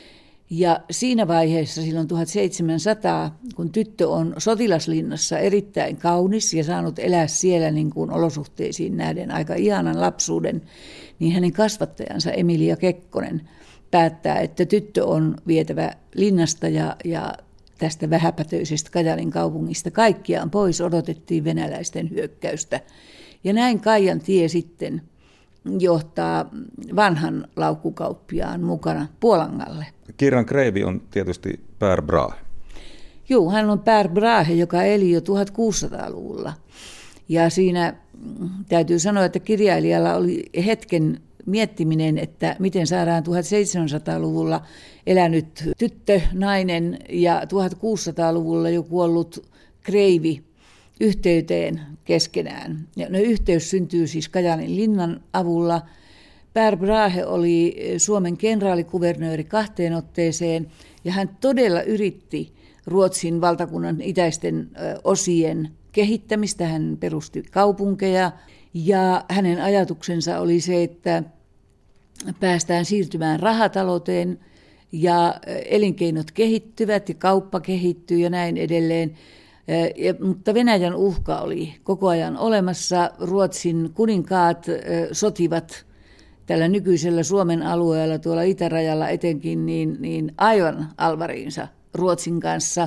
Ja siinä vaiheessa silloin tuhatseitsemänsataa, kun tyttö on sotilaslinnassa erittäin kaunis ja saanut elää siellä niin kuin olosuhteisiin nähden aika ihanan lapsuuden, niin hänen kasvattajansa Emilia Kekkonen päättää, että tyttö on vietävä linnasta ja, ja tästä vähäpätöisestä Kajanin kaupungista kaikkiaan pois. Odotettiin venäläisten hyökkäystä. Ja näin Kaijan tie sitten johtaa vanhan laukkukauppiaan mukana Puolangalle. Kirjan Kreivi on tietysti Per Brahe. Joo, hän on Per Brahe, joka eli jo tuhatkuusisataaluvulla. Ja siinä täytyy sanoa, että kirjailijalla oli hetken miettiminen, että miten saadaan tuhatseitsemänsataaluvulla elänyt tyttö, nainen ja tuhatkuusisataaluvulla jo kuollut Kreivi yhteyteen keskenään. Ja no, yhteys syntyy siis Kajanin linnan avulla. Per Brahe oli Suomen kenraalikuvernööri kahteen otteeseen ja hän todella yritti Ruotsin valtakunnan itäisten osien kehittämistä. Hän perusti kaupunkeja ja hänen ajatuksensa oli se, että päästään siirtymään rahatalouteen ja elinkeinot kehittyvät ja kauppa kehittyy ja näin edelleen. Ja, mutta Venäjän uhka oli koko ajan olemassa. Ruotsin kuninkaat sotivat tällä nykyisellä Suomen alueella, tuolla itärajalla etenkin, niin, niin aivan alvariinsa Ruotsin kanssa.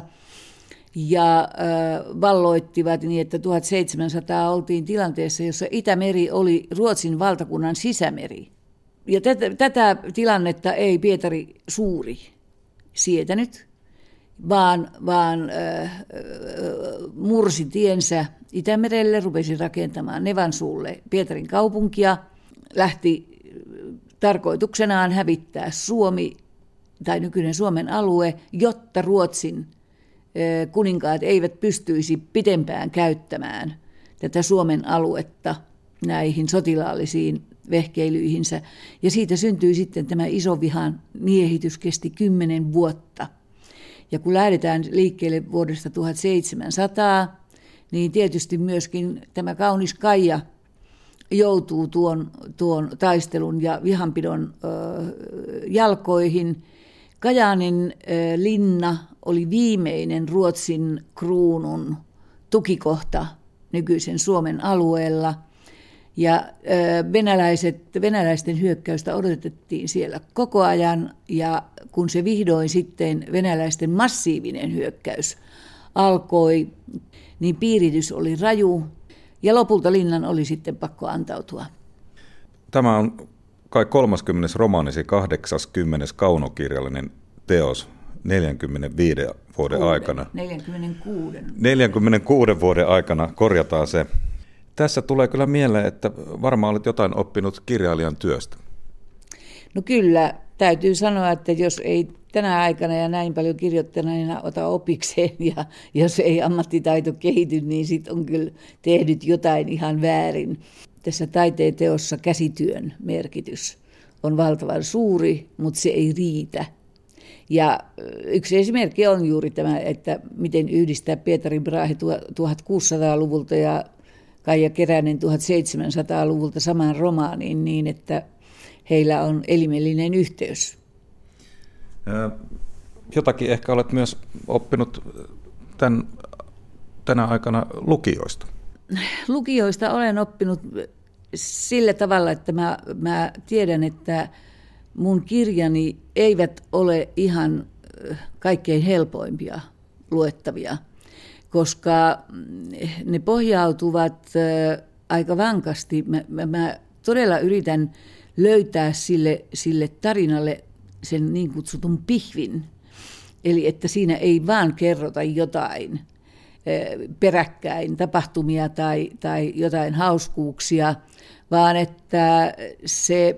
Ja äh, valloittivat niin, että tuhatseitsemänsataa oltiin tilanteessa, jossa Itämeri oli Ruotsin valtakunnan sisämeri. Ja tätä, tätä tilannetta ei Pietari Suuri sietänyt, vaan, vaan äh, mursi tiensä Itämerelle, rupesi rakentamaan Nevansuulle Pietarin kaupunkia, lähti tarkoituksenaan hävittää Suomi tai nykyinen Suomen alue, jotta Ruotsin kuninkaat eivät pystyisi pitempään käyttämään tätä Suomen aluetta näihin sotilaallisiin vehkeilyihinsä. Ja siitä syntyi sitten tämä Isovihan miehitys, kesti kymmenen vuotta. Ja kun lähdetään liikkeelle vuodesta tuhatseitsemänsataa, niin tietysti myöskin tämä kaunis Kaija joutuu tuon, tuon taistelun ja vihanpidon ö, jalkoihin. Kajaanin ö, linna oli viimeinen Ruotsin kruunun tukikohta nykyisen Suomen alueella. Ja ö, venäläiset, venäläisten hyökkäystä odotettiin siellä koko ajan, ja kun se vihdoin sitten venäläisten massiivinen hyökkäys alkoi, niin piiritys oli raju, ja lopulta linnan oli sitten pakko antautua. Tämä on kai kolmaskymmenes romaanisi, kahdeksaskymmenes kaunokirjallinen teos neljänkymmenenviiden vuoden Kuuden, aikana. neljänkymmenenkuuden. neljänkymmenenkuuden vuoden aikana, korjataan se. Tässä tulee kyllä mieleen, että varmaan olet jotain oppinut kirjailijan työstä. No kyllä, täytyy sanoa, että jos ei tänä aikana ja näin paljon kirjoittaneena ota opikseen ja jos ei ammattitaito kehity, niin sitten on kyllä tehnyt jotain ihan väärin. Tässä taiteen teossa käsityön merkitys on valtavan suuri, mutta se ei riitä. Ja yksi esimerkki on juuri tämä, että miten yhdistää Pietari Brahe tuhatkuusisataaluvulta ja Kaija Keränen tuhatseitsemänsataaluvulta samaan romaaniin niin, että heillä on elimellinen yhteys. Jotakin ehkä olet myös oppinut tämän, tänä aikana lukioista. Lukioista olen oppinut sillä tavalla, että mä, mä tiedän, että mun kirjani eivät ole ihan kaikkein helpoimpia luettavia, koska ne pohjautuvat aika vankasti. Mä, mä, mä todella yritän löytää sille, sille tarinalle sen niin kutsutun pihvin, eli että siinä ei vaan kerrota jotain peräkkäin tapahtumia tai, tai jotain hauskuuksia, vaan että se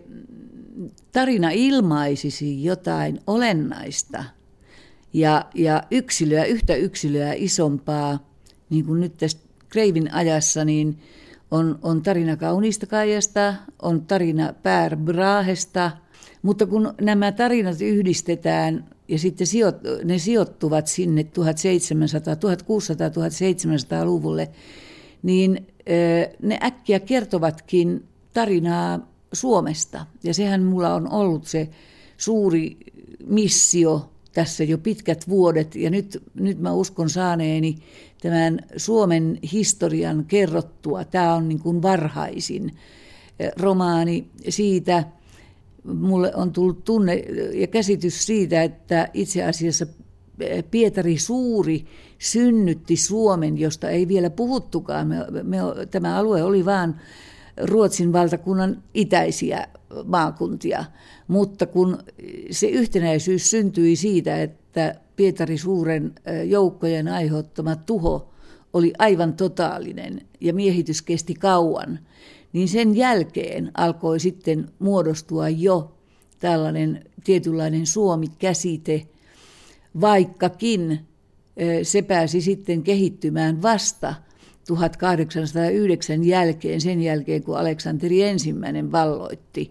tarina ilmaisisi jotain olennaista ja, ja yksilöä, yhtä yksilöä isompaa, niin kuin nyt tässä Kreivin ajassa, niin on, on tarina Kauniista Kaijasta, on tarina Per Brahesta, mutta kun nämä tarinat yhdistetään ja sitten ne sijoittuvat sinne tuhatseitsemänsataa, tuhatkuusisataa, tuhatseitsemänsataaluvulle, niin ne äkkiä kertovatkin tarinaa Suomesta. Ja sehän mulla on ollut se suuri missio tässä jo pitkät vuodet, ja nyt, nyt mä uskon saaneeni tämän Suomen historian kerrottua. Tämä on niin kuin varhaisin romaani siitä. Mulle on tullut tunne ja käsitys siitä, että itse asiassa Pietari Suuri synnytti Suomen, josta ei vielä puhuttukaan. Me, me, tämä alue oli vain Ruotsin valtakunnan itäisiä maakuntia, mutta kun se yhtenäisyys syntyi siitä, että Pietari Suuren joukkojen aiheuttama tuho oli aivan totaalinen ja miehitys kesti kauan, niin sen jälkeen alkoi sitten muodostua jo tällainen tietynlainen Suomi-käsite, vaikkakin se pääsi sitten kehittymään vasta tuhatkahdeksansataayhdeksän jälkeen, sen jälkeen kun Aleksanteri ensimmäinen valloitti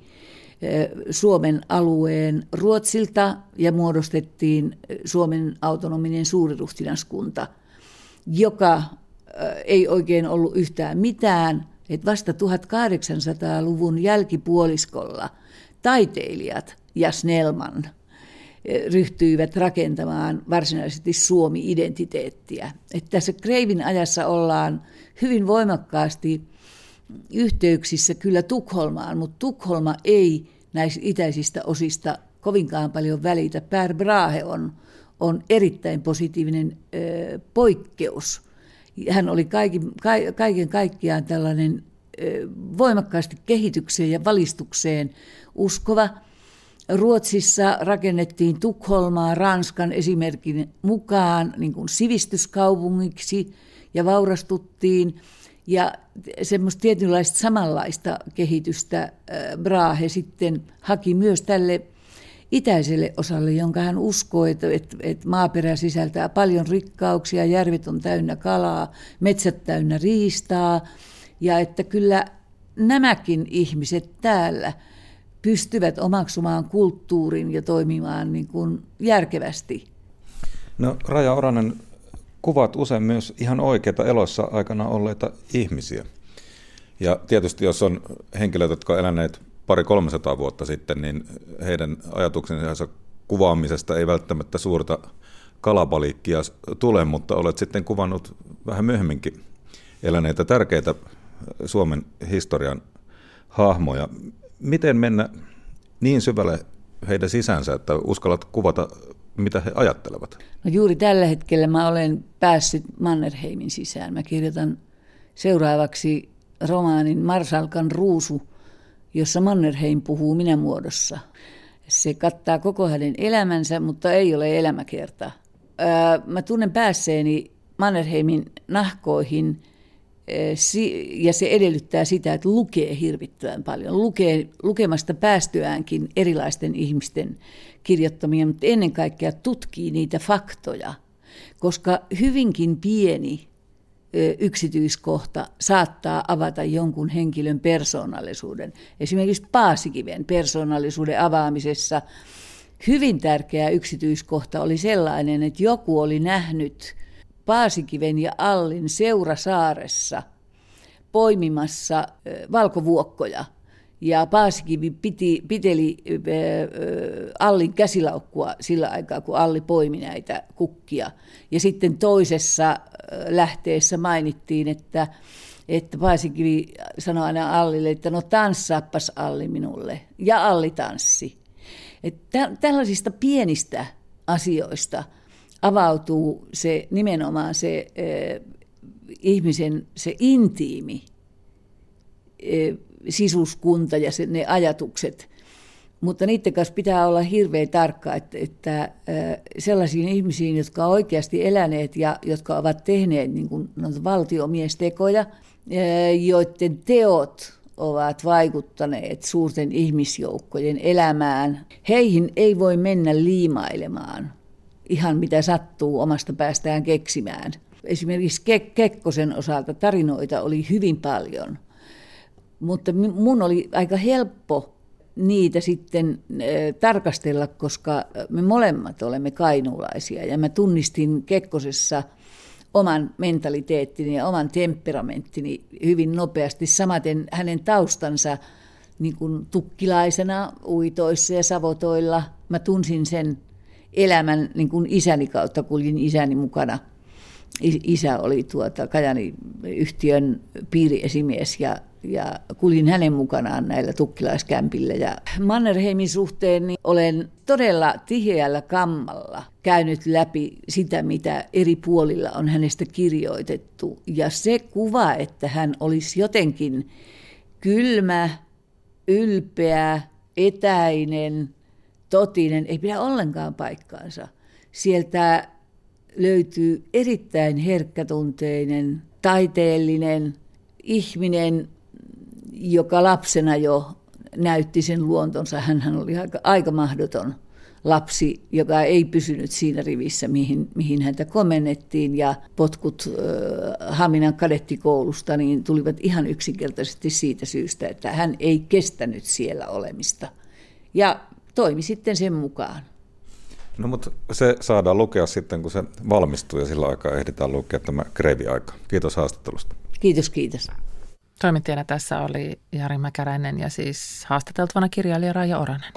Suomen alueen Ruotsilta ja muodostettiin Suomen autonominen suuriruhtinaskunta, joka ei oikein ollut yhtään mitään. Että vasta tuhatkahdeksansataaluvun jälkipuoliskolla taiteilijat ja Snellman ryhtyivät rakentamaan varsinaisesti Suomi-identiteettiä. Että tässä Kreivin ajassa ollaan hyvin voimakkaasti yhteyksissä kyllä Tukholmaan, mutta Tukholma ei näistä itäisistä osista kovinkaan paljon välitä. Per Brahe on, on erittäin positiivinen ö, poikkeus. Hän oli kaiken, kaiken kaikkiaan tällainen ö, voimakkaasti kehitykseen ja valistukseen uskova. Ruotsissa rakennettiin Tukholmaa Ranskan esimerkin mukaan niin kuin sivistyskaupungiksi ja vaurastuttiin. Ja semmoista tietynlaista samanlaista kehitystä Brahe sitten haki myös tälle itäiselle osalle, jonka hän uskoi, että, että maaperä sisältää paljon rikkauksia, järvet on täynnä kalaa, metsät täynnä riistaa ja että kyllä nämäkin ihmiset täällä pystyvät omaksumaan kulttuurin ja toimimaan niin kuin järkevästi. No Raija Oranen, kuvat usein myös ihan oikeita elossa aikana olleita ihmisiä. Ja tietysti jos on henkilöt, jotka ovat eläneet pari kolmesataa vuotta sitten, niin heidän ajatuksensa kuvaamisesta ei välttämättä suurta kalabaliikkia tule, mutta olet sitten kuvannut vähän myöhemminkin eläneitä tärkeitä Suomen historian hahmoja. Miten mennä niin syvälle heidän sisänsä, että uskallat kuvata, mitä he ajattelevat? No juuri tällä hetkellä mä olen päässyt Mannerheimin sisään. Mä kirjoitan seuraavaksi romaanin Marsalkan ruusu, jossa Mannerheim puhuu minä-muodossa. Se kattaa koko hänen elämänsä, mutta ei ole elämäkerta. Mä tunnen päässeeni Mannerheimin nahkoihin, ja se edellyttää sitä, että lukee hirvittävän paljon. Lukee lukemasta päästyäänkin erilaisten ihmisten kirjoittamia, mutta ennen kaikkea tutkii niitä faktoja, koska hyvinkin pieni yksityiskohta saattaa avata jonkun henkilön persoonallisuuden. Esimerkiksi Paasikiven persoonallisuuden avaamisessa hyvin tärkeä yksityiskohta oli sellainen, että joku oli nähnyt Paasikiven ja Allin Seurasaaressa poimimassa valkovuokkoja. Ja Paasikivi piti, piteli Allin käsilaukkua sillä aikaa, kun Alli poimi näitä kukkia. Ja sitten toisessa lähteessä mainittiin, että, että Paasikivi sanoi aina Allille, että no tanssaappas Alli minulle. Ja Alli tanssi. Että tällaisista pienistä asioista avautuu se nimenomaan se eh, ihmisen se intiimi eh, sisuskunta ja se, ne ajatukset. Mutta niiden kanssa pitää olla hirveän tarkka, että, että eh, sellaisiin ihmisiin, jotka ovat oikeasti eläneet ja jotka ovat tehneet niin kuin valtiomiestekoja, eh, joiden teot ovat vaikuttaneet suurten ihmisjoukkojen elämään, heihin ei voi mennä liimailemaan ihan mitä sattuu omasta päästään keksimään. Esimerkiksi Ke- Kekkosen osalta tarinoita oli hyvin paljon, mutta mun oli aika helppo niitä sitten äh, tarkastella, koska me molemmat olemme kainuulaisia ja mä tunnistin Kekkosessa oman mentaliteettini ja oman temperamenttini hyvin nopeasti. Samaten hänen taustansa niin kuin tukkilaisena uitoissa ja savotoilla. Mä tunsin sen elämän niin kuin isäni kautta, kuljin isäni mukana. Isä oli tuota Kajani-yhtiön piiriesimies ja, ja kuljin hänen mukanaan näillä tukkilaiskämpillä. Ja Mannerheimin suhteen niin olen todella tiheällä kammalla käynyt läpi sitä, mitä eri puolilla on hänestä kirjoitettu. Ja se kuva, että hän olisi jotenkin kylmä, ylpeä, etäinen, totinen, ei pidä ollenkaan paikkaansa. Sieltä löytyy erittäin herkkätunteinen, taiteellinen ihminen, joka lapsena jo näytti sen luontonsa. Hänhän oli aika, aika mahdoton lapsi, joka ei pysynyt siinä rivissä, mihin, mihin häntä komennettiin. Ja potkut äh, Haminan kadettikoulusta niin tulivat ihan yksinkertaisesti siitä syystä, että hän ei kestänyt siellä olemista. Ja toimi sitten sen mukaan. No mutta se saadaan lukea sitten, kun se valmistuu ja sillä aikaa ehditään lukea tämä Kreivi-aika. Kiitos haastattelusta. Kiitos, kiitos. Toimittajana tässä oli Jari Mäkäräinen ja siis haastateltavana kirjailija Raija Oranen.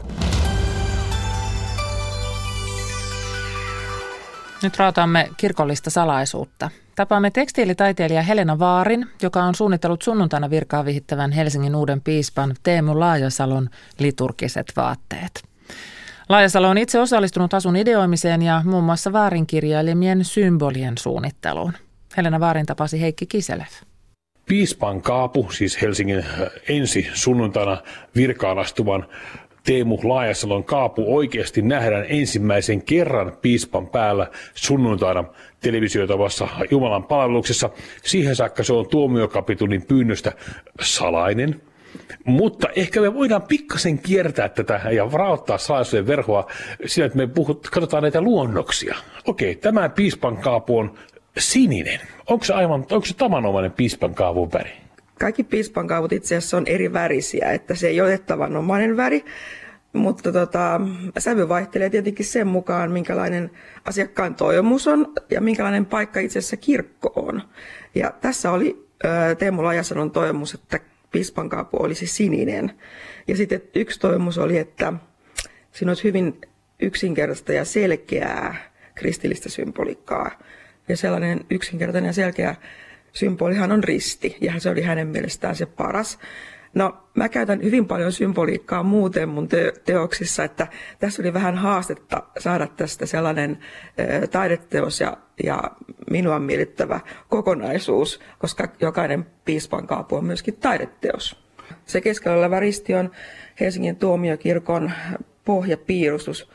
Nyt raotaamme kirkollista salaisuutta. Tapaamme tekstiilitaiteilija Helena Vaarin, joka on suunnitellut sunnuntaina virkaa vihittävän Helsingin uuden piispan Teemu Laajasalon liturgiset vaatteet. Laajasalo on itse osallistunut asun ideoimiseen ja muun muassa Vaarin kirjailemien symbolien suunnitteluun. Helena Vaarin tapasi Heikki Kiselev. Piispan kaapu, siis Helsingin ensi sunnuntaina virkaan astuvan Teemu Laajasalon kaapu oikeasti nähdään ensimmäisen kerran piispan päällä sunnuntaina televisioitavassa Jumalan palveluksessa. Siihen saakka se on tuomiokapitulin pyynnöstä salainen. Mutta ehkä me voidaan pikkasen kiertää tätä ja raottaa salaisuuden verhoa sillä, että me puhut, katsotaan näitä luonnoksia. Okei, tämä piispan kaapu on sininen. Onko se aivan, onko se tavanomainen piispan kaavun väri? Kaikki piispankaavut itse asiassa on eri värisiä, että se ei ole tavanomainen väri, mutta tota, sävy vaihtelee tietenkin sen mukaan, minkälainen asiakkaan toivomus on ja minkälainen paikka itse asiassa kirkko on. Ja tässä oli Teemu Lajasalon toivomus, että piispankaapu olisi sininen. Ja sitten yksi toivomus oli, että siinä olisi hyvin yksinkertaista ja selkeää kristillistä symboliikkaa. Ja sellainen yksinkertainen ja selkeä symbolihan on risti, ja se oli hänen mielestään se paras. No, mä käytän hyvin paljon symboliikkaa muuten mun te- teoksissa, että tässä oli vähän haastetta saada tästä sellainen ä, taideteos ja, ja minua miellyttävä kokonaisuus, koska jokainen piispankaapu on myöskin taideteos. Se keskellä oleva risti on Helsingin tuomiokirkon pohjapiirustus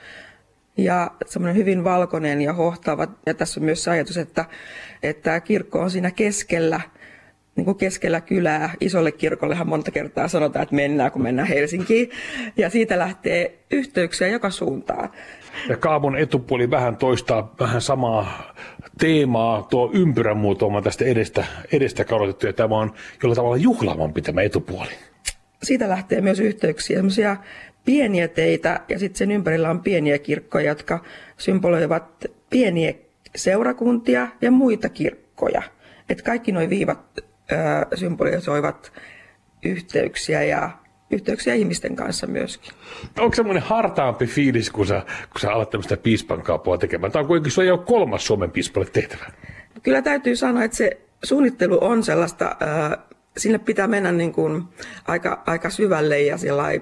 ja semmoinen hyvin valkoinen ja hohtava. Ja tässä on myös se ajatus, että, että kirkko on siinä keskellä, niin kuin keskellä kylää. Isolle kirkollehan monta kertaa sanotaan, että mennään, kun mennään Helsinkiin. Ja siitä lähtee yhteyksiä joka suuntaan. Ja kaavun etupuoli vähän toistaa vähän samaa teemaa, tuo ympyränmuotoilma tästä edestä, edestä kadotettu, ja tämä on jollain tavalla juhlavampi tämä etupuoli. Siitä lähtee myös yhteyksiä, semmoisia pieniä teitä, ja sitten sen ympärillä on pieniä kirkkoja, jotka symboloivat pieniä seurakuntia ja muita kirkkoja. Että kaikki nuo viivat ö, symbolisoivat yhteyksiä ja yhteyksiä ihmisten kanssa myöskin. Onko semmoinen hartaampi fiilis, kun sä, kun sä alat tämmöistä piispankaapua tekemään? Tai on kuitenkin se jo kolmas Suomen piispalle tehtävä? Kyllä täytyy sanoa, että se suunnittelu on sellaista, äh, sinne pitää mennä niin kuin aika, aika syvälle ja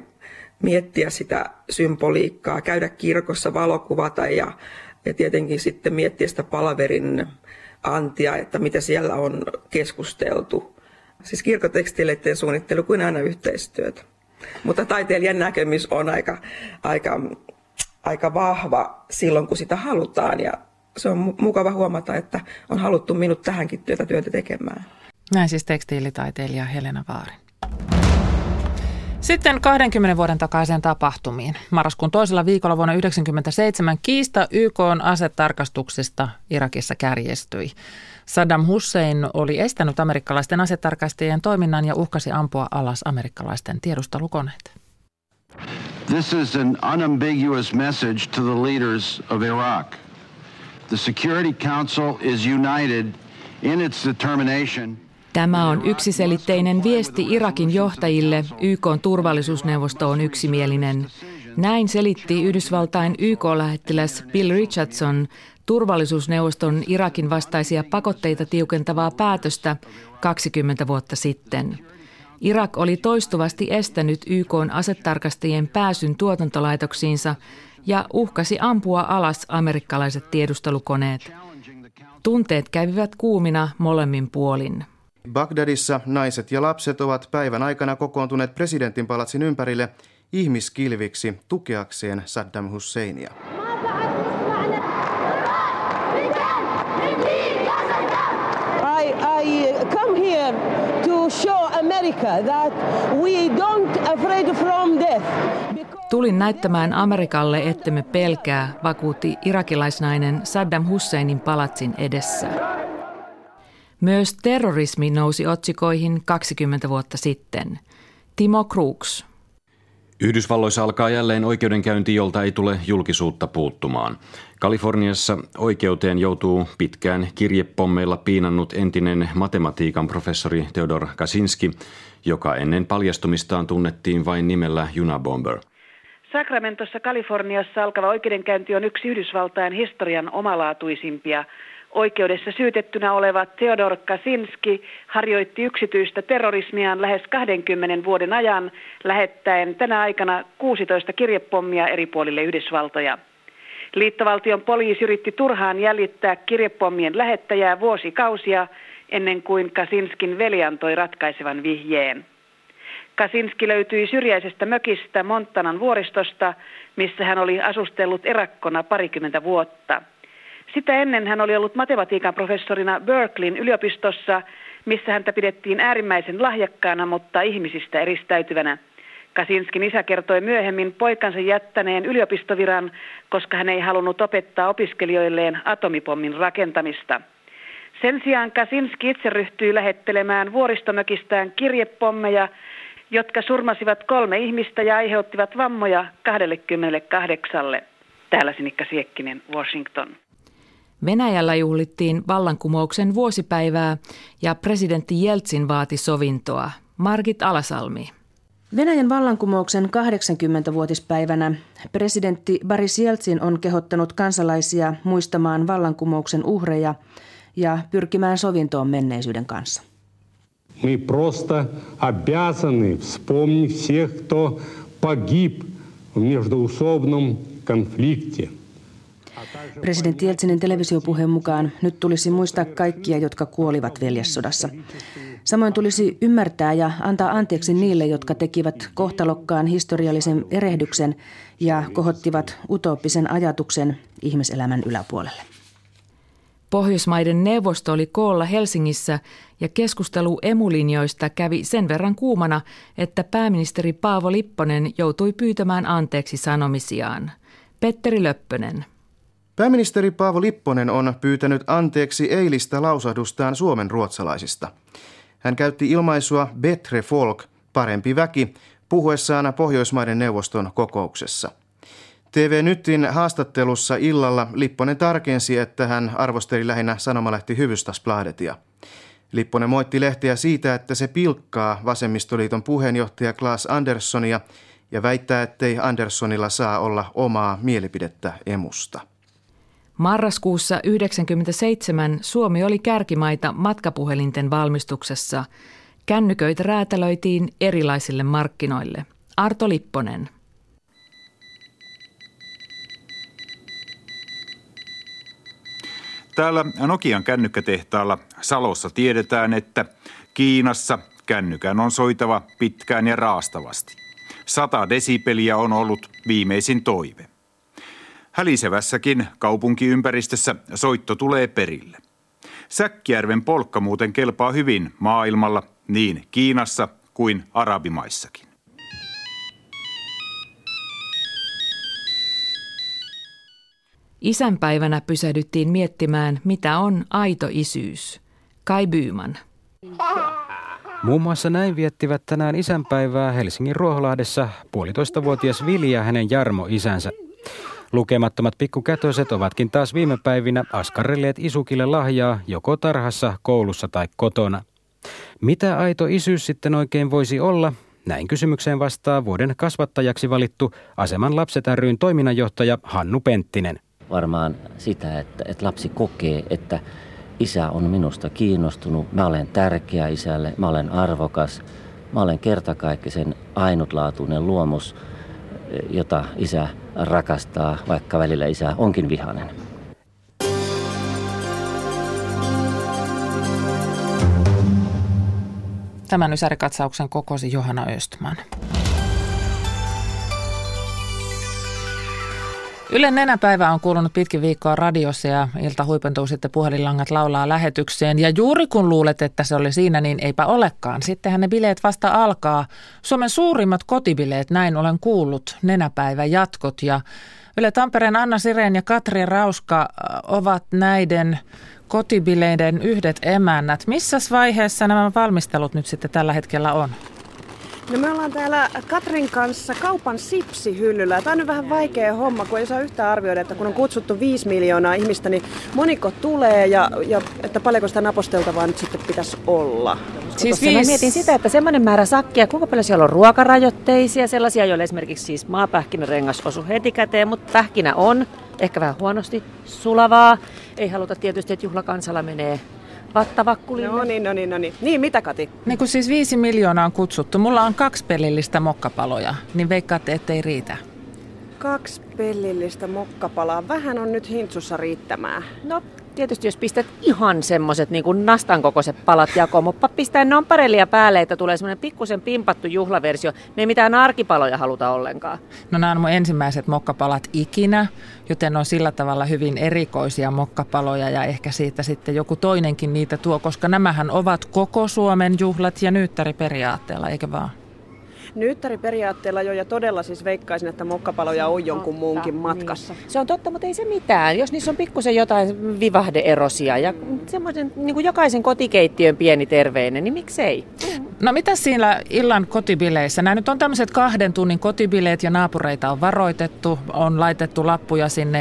miettiä sitä symboliikkaa, käydä kirkossa, valokuvata ja, ja tietenkin sitten miettiä sitä palaverin antia, että mitä siellä on keskusteltu. Siis kirkkotekstiileiden suunnittelu kuin aina yhteistyötä. Mutta taiteilijan näkemys on aika, aika, aika vahva silloin, kun sitä halutaan. Ja se on mukava huomata, että on haluttu minut tähänkin työtä, työtä tekemään. Näin siis tekstiilitaiteilija Helena Vaarin. Sitten kahdenkymmenen vuoden takaiseen tapahtumiin. Marraskuun toisella viikolla vuonna yhdeksänkymmentäseitsemän kiista Y K:n asetarkastuksesta Irakissa kärjestyi. Saddam Hussein oli estänyt amerikkalaisten asetarkastajien toiminnan ja uhkasi ampua alas amerikkalaisten tiedustelukoneet. This is an unambiguous message to the leaders of Iraq. The Security Council is united in its determination. Tämä on yksiselitteinen viesti Irakin johtajille. Y K:n turvallisuusneuvosto on yksimielinen. Näin selitti Yhdysvaltain Y K-lähettiläs Bill Richardson turvallisuusneuvoston Irakin vastaisia pakotteita tiukentavaa päätöstä kaksikymmentä vuotta sitten. Irak oli toistuvasti estänyt Y K:n asetarkastajien pääsyn tuotantolaitoksiinsa ja uhkasi ampua alas amerikkalaiset tiedustelukoneet. Tunteet kävivät kuumina molemmin puolin. Bagdadissa naiset ja lapset ovat päivän aikana kokoontuneet presidentin palatsin ympärille ihmiskilviksi tukeakseen Saddam Husseinia. I, I come here to show America that we don't afraid from death. Tulin näyttämään Amerikalle, ettemme pelkää, vakuutti irakilaisnainen Saddam Husseinin palatsin edessä. Myös terrorismi nousi otsikoihin kaksikymmentä vuotta sitten. Timo Crooks. Yhdysvalloissa alkaa jälleen oikeudenkäynti, jolta ei tule julkisuutta puuttumaan. Kaliforniassa oikeuteen joutuu pitkään kirjepommeilla piinannut entinen matematiikan professori Theodor Kaczynski, joka ennen paljastumistaan tunnettiin vain nimellä Unabomber. Sacramentossa Kaliforniassa alkava oikeudenkäynti on yksi Yhdysvaltain historian omalaatuisimpia. Oikeudessa syytettynä oleva Theodor Kaczynski harjoitti yksityistä terrorismiaan lähes kahdenkymmenen vuoden ajan, lähettäen tänä aikana kuusitoista kirjepommia eri puolille Yhdysvaltoja. Liittovaltion poliisi yritti turhaan jäljittää kirjepommien lähettäjää vuosikausia ennen kuin Kaczynskin veli antoi ratkaisevan vihjeen. Kaczynski löytyi syrjäisestä mökistä Montanan vuoristosta, missä hän oli asustellut erakkona parikymmentä vuotta. Sitä ennen hän oli ollut matematiikan professorina Berkeleyn yliopistossa, missä häntä pidettiin äärimmäisen lahjakkaana, mutta ihmisistä eristäytyvänä. Kaczynskin isä kertoi myöhemmin poikansa jättäneen yliopistoviran, koska hän ei halunnut opettaa opiskelijoilleen atomipommin rakentamista. Sen sijaan Kaczynski itse ryhtyi lähettelemään vuoristomökistään kirjepommeja, jotka surmasivat kolme ihmistä ja aiheuttivat vammoja kaksikymmentäkahdeksan. Täällä Sinikka Siekkinen, Washington. Venäjällä juhlittiin vallankumouksen vuosipäivää ja presidentti Jeltsin vaati sovintoa. Margit Alasalmi. Venäjän vallankumouksen kahdeksankymmenvuotispäivänä presidentti Boris Jeltsin on kehottanut kansalaisia muistamaan vallankumouksen uhreja ja pyrkimään sovintoon menneisyyden kanssa. Мы просто обязаны вспомнить всех, кто погиб в междоусобном конфликте. Presidentti Jeltsinin televisiopuheen mukaan nyt tulisi muistaa kaikkia, jotka kuolivat veljessodassa. Samoin tulisi ymmärtää ja antaa anteeksi niille, jotka tekivät kohtalokkaan historiallisen erehdyksen ja kohottivat utooppisen ajatuksen ihmiselämän yläpuolelle. Pohjoismaiden neuvosto oli koolla Helsingissä ja keskustelu emulinjoista kävi sen verran kuumana, että pääministeri Paavo Lipponen joutui pyytämään anteeksi sanomisiaan. Petteri Löppönen. Pääministeri Paavo Lipponen on pyytänyt anteeksi eilistä lausahdustaan suomen ruotsalaisista. Hän käytti ilmaisua bättre folk, parempi väki, puhuessaan Pohjoismaiden neuvoston kokouksessa. T V Nytin haastattelussa illalla Lipponen tarkensi, että hän arvosteli lähinnä sanomalehti Hufvudstadsbladetia. Lipponen moitti lehteä siitä, että se pilkkaa vasemmistoliiton puheenjohtaja Claes Anderssonia ja väittää, ettei Anderssonilla saa olla omaa mielipidettä emusta. Marraskuussa yhdeksänkymmentäseitsemän Suomi oli kärkimaita matkapuhelinten valmistuksessa. Kännyköitä räätälöitiin erilaisille markkinoille. Arto Lipponen. Täällä Nokian kännykkätehtaalla Salossa tiedetään, että Kiinassa kännykän on soitava pitkään ja raastavasti. Sata desibeliä on ollut viimeisin toive. Hälisevässäkin kaupunkiympäristössä soitto tulee perille. Säkkijärven polkka muuten kelpaa hyvin maailmalla, niin Kiinassa kuin arabimaissakin. Isänpäivänä pysähdyttiin miettimään, mitä on aito isyys. Kai Byyman. Muun muassa näin viettivät tänään isänpäivää Helsingin Ruoholahdessa puolitoistavuotias Vili ja hänen Jarmo isänsä. Lukemattomat pikkukätöset ovatkin taas viime päivinä askarrelleet isukille lahjaa joko tarhassa, koulussa tai kotona. Mitä aito isyys sitten oikein voisi olla? Näin kysymykseen vastaa vuoden kasvattajaksi valittu Aseman lapset ry:n toiminnanjohtaja Hannu Penttinen. Varmaan sitä, että, että lapsi kokee, että isä on minusta kiinnostunut, mä olen tärkeä isälle, mä olen arvokas, mä olen kertakaikkisen ainutlaatuinen luomus, jota isä rakastaa, vaikka välillä isä onkin vihainen. Tämän ysärikatsauksen kokosi Johanna Östman. Ylen nenäpäivä on kuulunut pitkin viikkoa radiossa ja ilta huipentuu sitten puhelinlangat laulaa lähetykseen. Ja juuri kun luulet, että se oli siinä, niin eipä olekaan. Sittenhän ne bileet vasta alkaa. Suomen suurimmat kotibileet, näin olen kuullut, nenäpäivän jatkot. Ja Yle Tampereen Anna Sirén ja Katri Rauska ovat näiden kotibileiden yhdet emännät. Missäs vaiheessa nämä valmistelut nyt sitten tällä hetkellä on? No me ollaan täällä Katrin kanssa kaupan sipsihyllyllä. Tämä on nyt vähän vaikea homma, kun ei saa yhtään arvioida, että kun on kutsuttu viisi miljoonaa ihmistä, niin moniko tulee ja, ja että paljonko sitä naposteltavaa nyt sitten pitäisi olla. Siis viis... Mä mietin sitä, että semmoinen määrä sakkia, kuinka paljon siellä on ruokarajoitteisia, sellaisia, joille esimerkiksi siis maapähkinärengas osu heti käteen, mutta pähkinä on ehkä vähän huonosti sulavaa. Ei haluta tietysti, että juhlakansalla menee vattavakkulille. No niin, no niin, no niin. Niin, mitä Kati? Niin kun siis viisi miljoonaa on kutsuttu. Mulla on kaksi pelillistä mokkapaloja, niin veikkaatte, ettei riitä. Kaksi pelillistä mokkapalaa. Vähän on nyt hintsussa riittämään. No tietysti jos pistät ihan semmoiset niin kuin nastan kokoiset palat jakoon, mutta pistää nonparellia päälle, että tulee semmoinen pikkusen pimpattu juhlaversio. Me ei mitään arkipaloja haluta ollenkaan. No nämä on mun ensimmäiset mokkapalat ikinä, joten on sillä tavalla hyvin erikoisia mokkapaloja ja ehkä siitä sitten joku toinenkin niitä tuo, koska nämähän ovat koko Suomen juhlat ja nyyttäriperiaatteella, eikä vaan? Nyyttäriperiaatteella jo ja todella siis veikkaisin, että mokkapaloja on jonkun muunkin matkassa. Niin. Se on totta, mutta ei se mitään. Jos niissä on pikkusen jotain vivahdeerosia ja semmoisen niin kuin jokaisen kotikeittiön pieni terveinen, niin miksei? No mitä siinä illan kotibileissä? Nämä nyt on tämmöiset kahden tunnin kotibileet ja naapureita on varoitettu, on laitettu lappuja sinne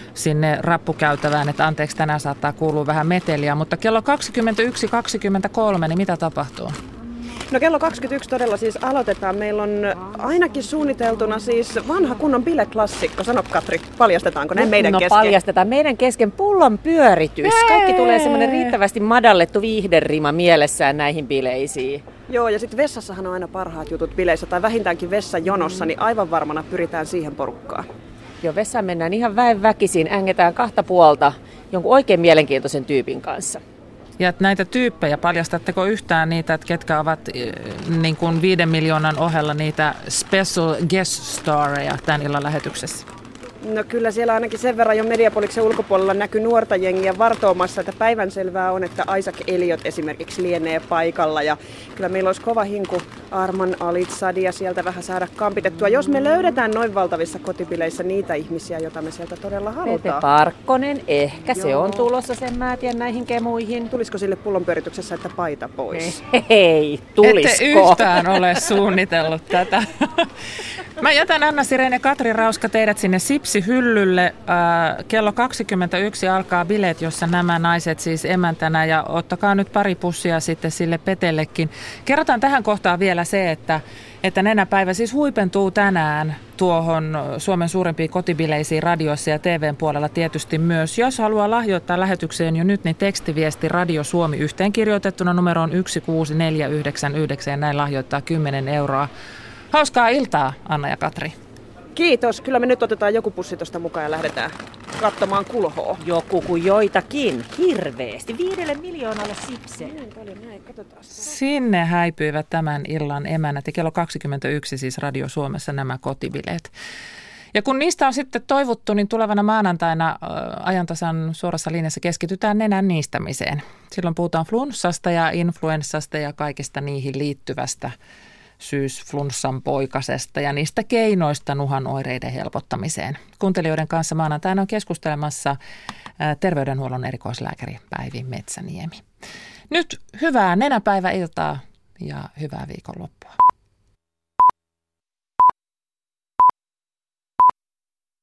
sinne rappukäytävään, että anteeksi, tänään saattaa kuulua vähän meteliä, mutta kello kaksikymmentäyksi kaksikymmentäkolme, niin mitä tapahtuu? No kello kaksikymmentäyksi todella siis aloitetaan. Meillä on ainakin suunniteltuna siis vanha kunnon bileklassikko. Sano Katri, paljastetaanko näin meidän no, kesken? No paljastetaan meidän kesken pullon pyöritys. Hei! Kaikki tulee semmoinen riittävästi madallettu viihderima mielessään näihin bileisiin. Joo, ja sitten vessassahan on aina parhaat jutut bileissä, tai vähintäänkin vessajonossa, niin aivan varmana pyritään siihen porukkaan. Joo, vessaan mennään ihan väen väkisin, ängetään kahta puolta jonkun oikein mielenkiintoisen tyypin kanssa. Ja näitä tyyppejä, paljastatteko yhtään niitä, että ketkä ovat niin kuin viiden miljoonan ohella niitä special guest stareja tämän illan lähetyksessä? No kyllä siellä ainakin sen verran jo Mediapoliksen ulkopuolella näkyy nuorta jengiä vartoomassa, että päivänselvää on, että Isaac Elliot esimerkiksi lienee paikalla. Ja kyllä meillä olisi kova hinku Arman Alitsadia sieltä vähän saada kampitettua, jos me löydetään noin valtavissa kotibileissä niitä ihmisiä, joita me sieltä todella halutaan. Pete Parkkonen, ehkä Joo. se on tulossa, sen mä tiedän näihin kemuihin. Tulisiko sille pullonpyörityksessä, että paita pois? Hei, tulisko? Ette yhtään ole suunnitellut tätä. Mä jätän Anna Sirén ja Katri Rauska teidät sinne Sipsihyllylle. Äh, kello kaksikymmentäyksi alkaa bileet, jossa nämä naiset siis emäntänä, ja ottakaa nyt pari pussia sitten sille Petellekin. Kerrotaan tähän kohtaan vielä se, että, että nenäpäivä siis huipentuu tänään tuohon Suomen suurimpiin kotibileisiin radiossa ja T V:n puolella tietysti myös. Jos haluaa lahjoittaa lähetykseen jo nyt, niin tekstiviesti Radio Suomi yhteen kirjoitettuna numeroon yksi kuusi neljä yhdeksän yhdeksän ja näin lahjoittaa kymmenen euroa. Hauskaa iltaa, Anna ja Katri. Kiitos. Kyllä me nyt otetaan joku pussi tuosta mukaan ja lähdetään katsomaan kulhoa. Joku kuin joitakin. Hirveästi. Viidelle miljoonalle sipseen. Näin paljon näin. Katsotaan. Sinne häipyivät tämän illan emännät ja kello kaksikymmentäyksi siis Radio Suomessa nämä kotibileet. Ja kun niistä on sitten toivottu, niin tulevana maanantaina ajantasan suorassa linjassa keskitytään nenän niistämiseen. Silloin puhutaan flunssasta ja influenssasta ja kaikesta niihin liittyvästä syysflunssan poikasesta ja niistä keinoista nuhan oireiden helpottamiseen. Kuuntelijoiden kanssa maanantaina on keskustelemassa terveydenhuollon erikoislääkäri Päivi Metsäniemi. Nyt hyvää nenäpäiväiltaa ja hyvää viikonloppua.